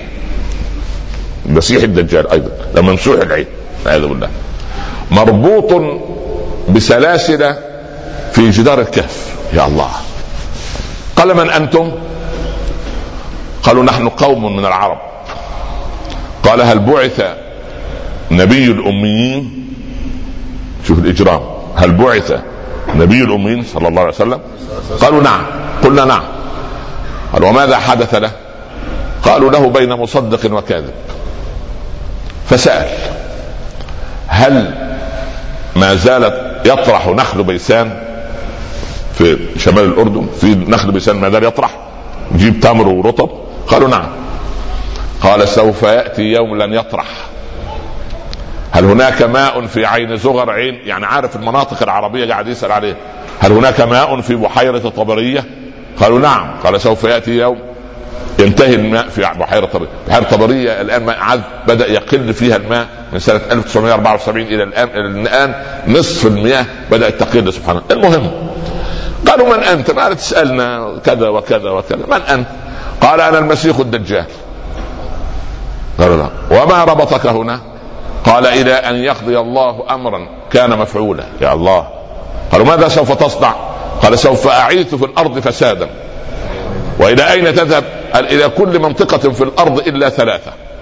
[SPEAKER 1] الدجال ايضا، لما ممسوح العين والعياذ بالله، مربوط بسلاسل في جدار الكهف. يا الله. قال من انتم؟ قالوا نحن قوم من العرب. قال هل بعث نبي الاميين؟ شوف الاجرام، هل بعث نبي الاميين صلى الله عليه وسلم؟ قالوا نعم. قلنا نعم. قال وماذا حدث له؟ قالوا له بين مصدق وكاذب. فسأل هل ما زالت يطرح نخل بيسان في شمال الأردن، في نخل بيسان ما زال يطرح، يجيب تمر ورطب؟ قالوا نعم. قال سوف يأتي يوم لن يطرح. هل هناك ماء في عين زغر؟ عين يعني عارف المناطق العربية، قاعد يسأل عليه. هل هناك ماء في بحيرة طبرية؟ قالوا نعم. قال سوف يأتي يوم ينتهي الماء في بحيرة طبرية. بحيرة طبرية الآن ماء عذب، بدأ يقل فيها الماء من سنة 1974 إلى الآن نصف المياه بدأت تقل. سبحان الله. المهم قالوا من أنت؟ ما تسألنا كذا وكذا وكذا. من أنت؟ قال أنا المسيح الدجال. قالوا لا. وما ربطك هنا؟ قال إلى أن يقضي الله أمرا كان مفعولا. يا الله. قالوا ماذا سوف تصنع؟ قال سوف أعيث في الأرض فسادا. وإلى أين تذهب؟ قال إلى كل منطقة في الأرض إلا 3،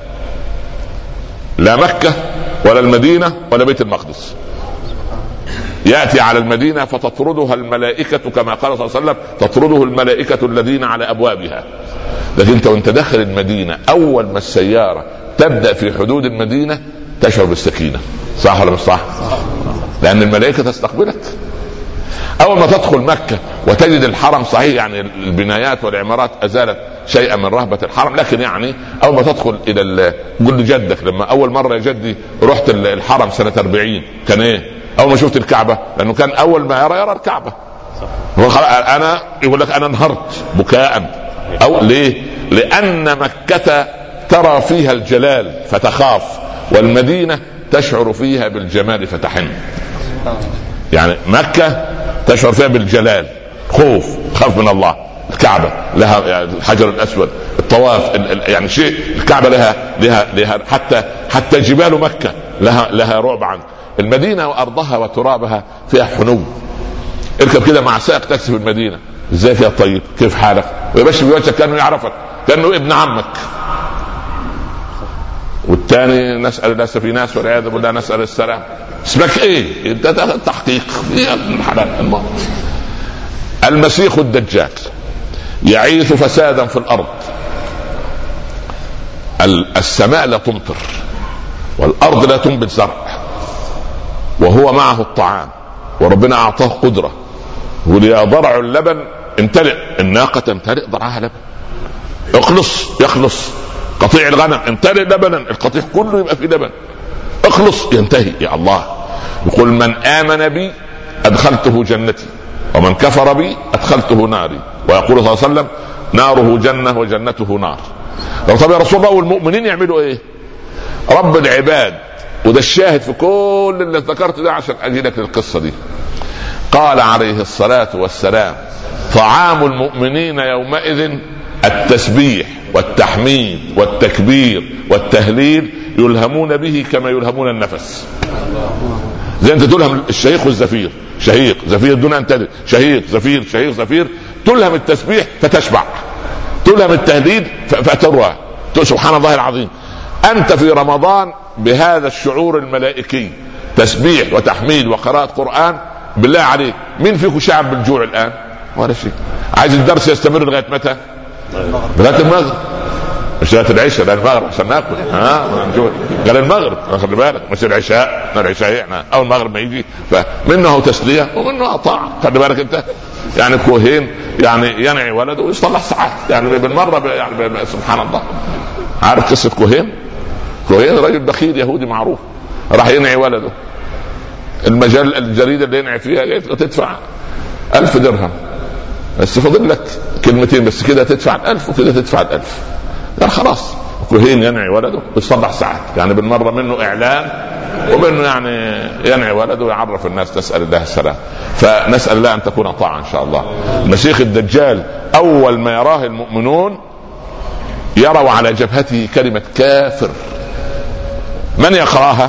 [SPEAKER 1] لا مكة ولا المدينة ولا بيت المقدس. يأتي على المدينة فتطردها الملائكة كما قال صلى الله عليه وسلم تطرده الملائكة الذين على أبوابها. لكن انت وانت داخل المدينة أول ما السيارة تبدأ في حدود المدينة تشعر بالسكينة. صح ولا مش صح؟ لأن الملائكة تستقبلك. أول ما تدخل مكة وتجد الحرم صحيح، يعني البنايات والعمارات أزالت شيئا من رهبة الحرم، لكن يعني أول ما تدخل إلى قل لجدك لما أول مرة يا جدي رحت الحرم سنة 40 كان إيه؟ أول ما شفت الكعبة، لأنه كان أول ما يرى الكعبة. أنا يقول لك أنا انهرت بكاء. أو ليه؟ لأن مكة ترى فيها الجلال فتخاف، والمدينة تشعر فيها بالجمال فتحن. يعني مكة تشعر فيها بالجلال، خاف من الله. الكعبة لها الحجر الأسود، الطواف يعني شيء. الكعبة لها حتى جبال مكة لها رعب عنه. المدينة وأرضها وترابها فيها حنو. اركب كده مع سائق تاكسي في المدينة، ازيك يا طيب كيف حالك، ويبشر بوجهك كأنه يعرفك، كأنه ابن عمك. والثاني نسأل الله في ناس والعياذ بالله نسأل السلام. اسمك ايه؟ انت تحقيق الحلال. المسيح الدجال يعيث فسادا في الارض. السماء لا تمطر والارض لا تنبت زرع، وهو معه الطعام، وربنا اعطاه قدرة يقول يا ضرع اللبن امتلئ، الناقة تمتلئ ضرعها لبن. يخلص قطيع الغنم امتلئ لبنا، القطيع كله يبقى فيه لبن. اخلص ينتهي. يا الله، يقول من آمن بي أدخلته جنتي ومن كفر بي أدخلته ناري. ويقول صلى الله عليه وسلم ناره جنة وجنته نار. طب يا رسول الله والمؤمنين يعملوا ايه؟ رب العباد، وده الشاهد في كل اللي ذكرت ده عشان اجي لك القصة دي، قال عليه الصلاة والسلام طعام المؤمنين يومئذ التسبيح والتحميد والتكبير والتهليل يلهمون به كما يلهمون النفس. زي انت تلهم الشهيق والزفير، شهيق زفير دون ان تدري، شهيق زفير شهيق زفير، تلهم التسبيح فتشبع، تلهم التهليل فتروى. سبحان الله العظيم. انت في رمضان بهذا الشعور الملائكي، تسبيح وتحميد وقراءة قرآن، بالله عليك مين فيكم شعب بالجوع الآن؟ ولا شيء. عايز الدرس يستمر لغاية متى؟ لغاية المغرب، مش لغاية العشاء، لغاية المغرب عشان ناكل. قال المغرب، خلي بالك، مش العشاء احنا اول المغرب ما يجي، فمنه تسلية ومنه طاعة. خلي بالك انت، يعني كوهين يعني ينعي ولده ويصلح ساعات يعني بالمرة يعني سبحان الله. عارف قصة كوهين رجل بخيل يهودي معروف، راح ينعي ولده، الجريدة اللي ينعي فيها قالت له تدفع 1000 درهم بس فاضل لك كلمتين بس كده تدفع 1000 وكده تدفع 1000. قال خلاص. كوهين ينعي ولده بيصلح ساعات يعني بالمرة، منه اعلان ومنه يعني ينعي ولده ويعرف الناس. نسأل الله السلام. فنسأل الله ان تكون طاعة ان شاء الله. المسيح الدجال اول ما يراه المؤمنون يروا على جبهته كلمة كافر. من يقراها؟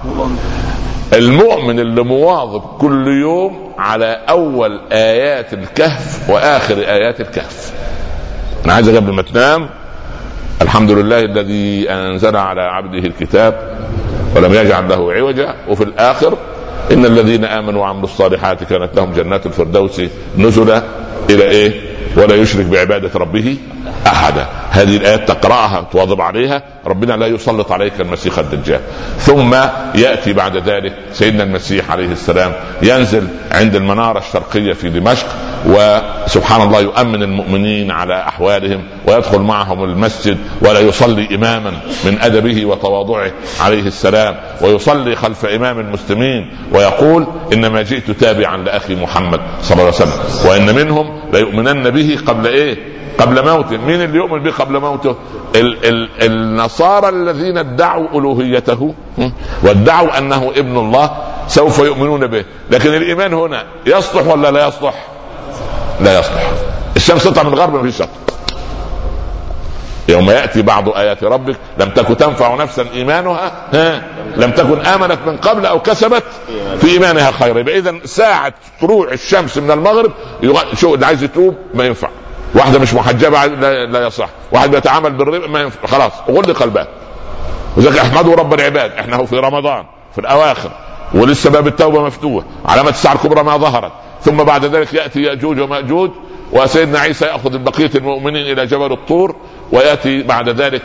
[SPEAKER 1] المؤمن اللي مواظب كل يوم على اول ايات الكهف واخر ايات الكهف. انا عايز قبل ما تنام الحمد لله الذي انزل على عبده الكتاب ولم يجعل له عوجا، وفي الاخر ان الذين امنوا وعملوا الصالحات كانت لهم جنات الفردوس نزلا الى ايه؟ ولا يشرك بعبادة ربه احدا. هذه الايات تقرأها تواظب عليها، ربنا لا يسلط عليك المسيح الدجال. ثم يأتي بعد ذلك سيدنا المسيح عليه السلام ينزل عند المنارة الشرقية في دمشق، وسبحان الله يؤمن المؤمنين على احوالهم ويدخل معهم المسجد ولا يصلي اماما من ادبه وتواضعه عليه السلام، ويصلي خلف امام المسلمين ويقول انما جئت تابعا لاخي محمد صلى الله عليه وسلم، وان منهم ليؤمنن به قبل ايه؟ قبل موته. مين اللي يؤمن به قبل موته؟ النصارى الذين ادعوا الوهيته وادعوا انه ابن الله سوف يؤمنون به، لكن الايمان هنا يصلح ولا لا يصلح؟ لا يصلح. الشمس تطلع من الغرب ما فيش شك. يوم يأتي بعض آيات ربك لم تكن تنفع نفسا إيمانها لم تكن آمنت من قبل أو كسبت في إيمانها خيرا. إذا ساعة طلوع الشمس من المغرب شو اللي عايز يتوب ما ينفع، واحدة مش محجبة لا يصح، واحد بيتعامل بالربا ما ينفع، خلاص غل قلبك. وذلك احمدوا رب العباد، احنا هو في رمضان في الأواخر ولسه باب التوبة مفتوح، علامات الساعة الكبرى ما ظهرت، ثم بعد ذلك يأتي يأجوج ومأجوج، وسيدنا عيسى يأخذ بقية المؤمنين إلى جبل الطور، ويأتي بعد ذلك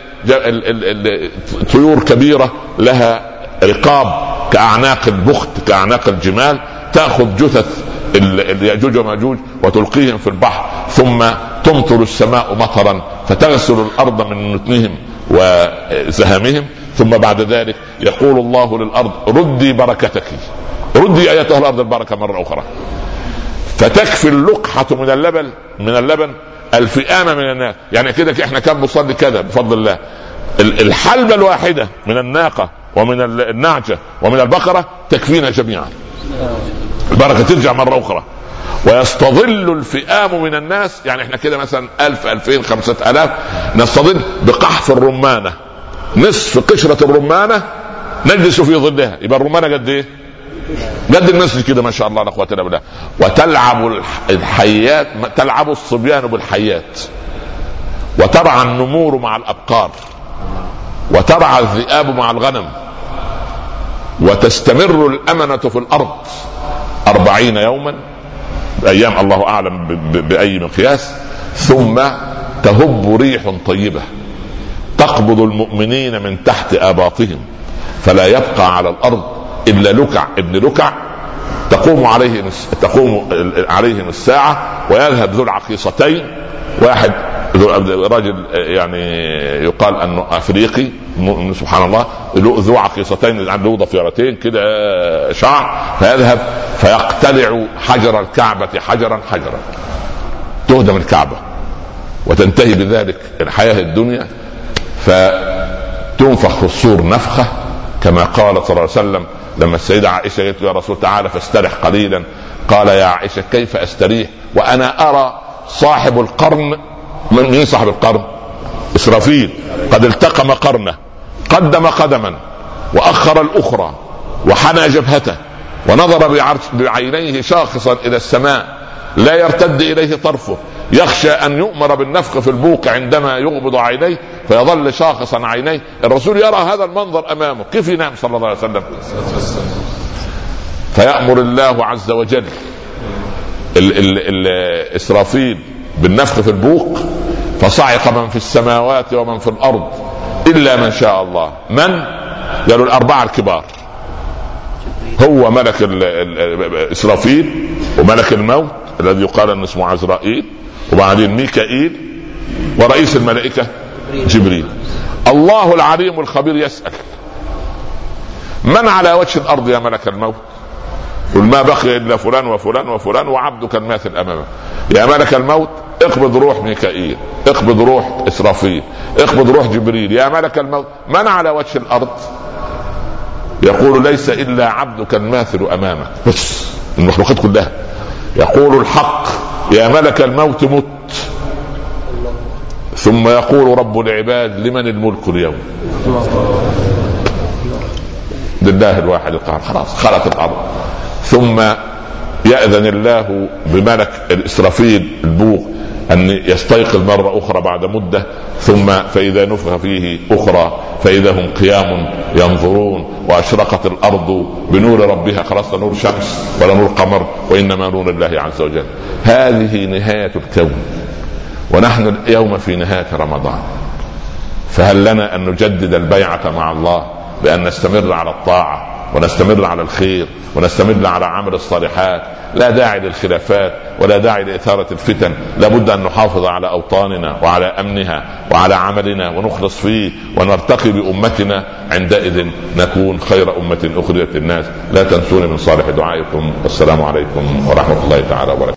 [SPEAKER 1] طيور كبيرة لها رقاب كأعناق البخت كأعناق الجمال تأخذ جثث يأجوج ومأجوج وتلقيهم في البحر، ثم تمطر السماء مطرا فتغسل الأرض من نتنهم وزهمهم، ثم بعد ذلك يقول الله للأرض ردي بركتك، ردي أيتها الأرض البركة مرة أخرى، فتكفي اللقحة من اللبن الفئامة من الناس. يعني كده احنا كم بنصلي كذا بفضل الله، الحلبة الواحدة من الناقة ومن النعجة ومن البقرة تكفينا جميعا، البركة ترجع مرة أخرى. ويستظل الفئام من الناس، يعني احنا كده مثلا 1000 2000 5000 نستظل بقحف الرمانة، نصف قشرة الرمانة نجلس في ظلها، يبقى الرمانة قد ايه؟ قد الناس كده ما شاء الله لا قوة الا بالله. وتلعب الحيات، تلعب الصبيان بالحيات، وترعى النمور مع الأبقار، وترعى الذئاب مع الغنم، وتستمر الأمنة في الأرض 40 يوما، أيام الله أعلم بأي مقياس، ثم تهب ريح طيبة تقبض المؤمنين من تحت آباطهم، فلا يبقى على الأرض إلا لكع ابن لكع تقوم عليهم الساعة، ويذهب ذو العقيصتين، واحد رجل يعني يقال انه افريقي سبحان الله ذو عقيصتين عنده ضفيرتين كده شعر، فيذهب فيقتلع حجر الكعبة حجرا حجرا، تهدم الكعبة وتنتهي بذلك الحياة الدنيا. فتنفخ في الصور نفخة كما قال صلى الله عليه وسلم لما السيدة عائشة قالت يا رسول تعالى فاسترح قليلا، قال يا عائشة كيف استريح وانا ارى صاحب القرن، من صاحب القرن؟ إسرافيل، قد التقم قرنه، قدم قدما وأخر الأخرى وحنى جبهته ونظر بعينيه شاخصا إلى السماء لا يرتد إليه طرفه، يخشى أن يؤمر بالنفخ في البوق عندما يغمض عينيه فيظل شاخصا عينيه. الرسول يرى هذا المنظر أمامه، كيف ينام صلى الله عليه وسلم؟ فيأمر الله عز وجل إسرافيل بالنفخ في البوق، فصعق من في السماوات ومن في الأرض إلا من شاء الله. من؟ قالوا الأربعة الكبار، هو ملك إسرافيل وملك الموت الذي يقال أن اسمه عزرائيل، وبعدين ميكائيل، ورئيس الملائكة جبريل. الله العليم الخبير يسأل من على وجه الأرض يا ملك الموت؟ قل ما بقي إلا فلان وفلان وفلان وعبدك الماثل أمامه. يا ملك الموت اقبض روح ميكائيل، اقبض روح إسرافيل، اقبض روح جبريل. يا ملك الموت من على وجه الأرض؟ يقول ليس إلا عبدك الماثل أمامك، بس المخلوقات كلها. يقول الحق يا ملك الموت مت. ثم يقول رب العباد لمن الملك اليوم؟ لله الواحد القهار. خلاص خلق الأرض. ثم يأذن الله بملك الإسرافيل البوق أن يستيقظ مرة أخرى بعد مدة، ثم فإذا نفخ فيه أخرى فإذا هم قيام ينظرون، وأشرقت الأرض بنور ربها، خلاص نور شمس ولا نور قمر، وإنما نور الله عز وجل. هذه نهاية الكون، ونحن اليوم في نهاية رمضان، فهل لنا أن نجدد البيعة مع الله بأن نستمر على الطاعة ونستمر على الخير ونستمر على عمل الصالحات؟ لا داعي للخلافات ولا داعي لإثارة الفتن. لابد أن نحافظ على أوطاننا وعلى أمنها وعلى عملنا ونخلص فيه ونرتقي بأمتنا، عندئذ نكون خير أمة أخرجت للناس. لا تنسوني من صالح دعائكم، والسلام عليكم ورحمة الله تعالى وبركاته.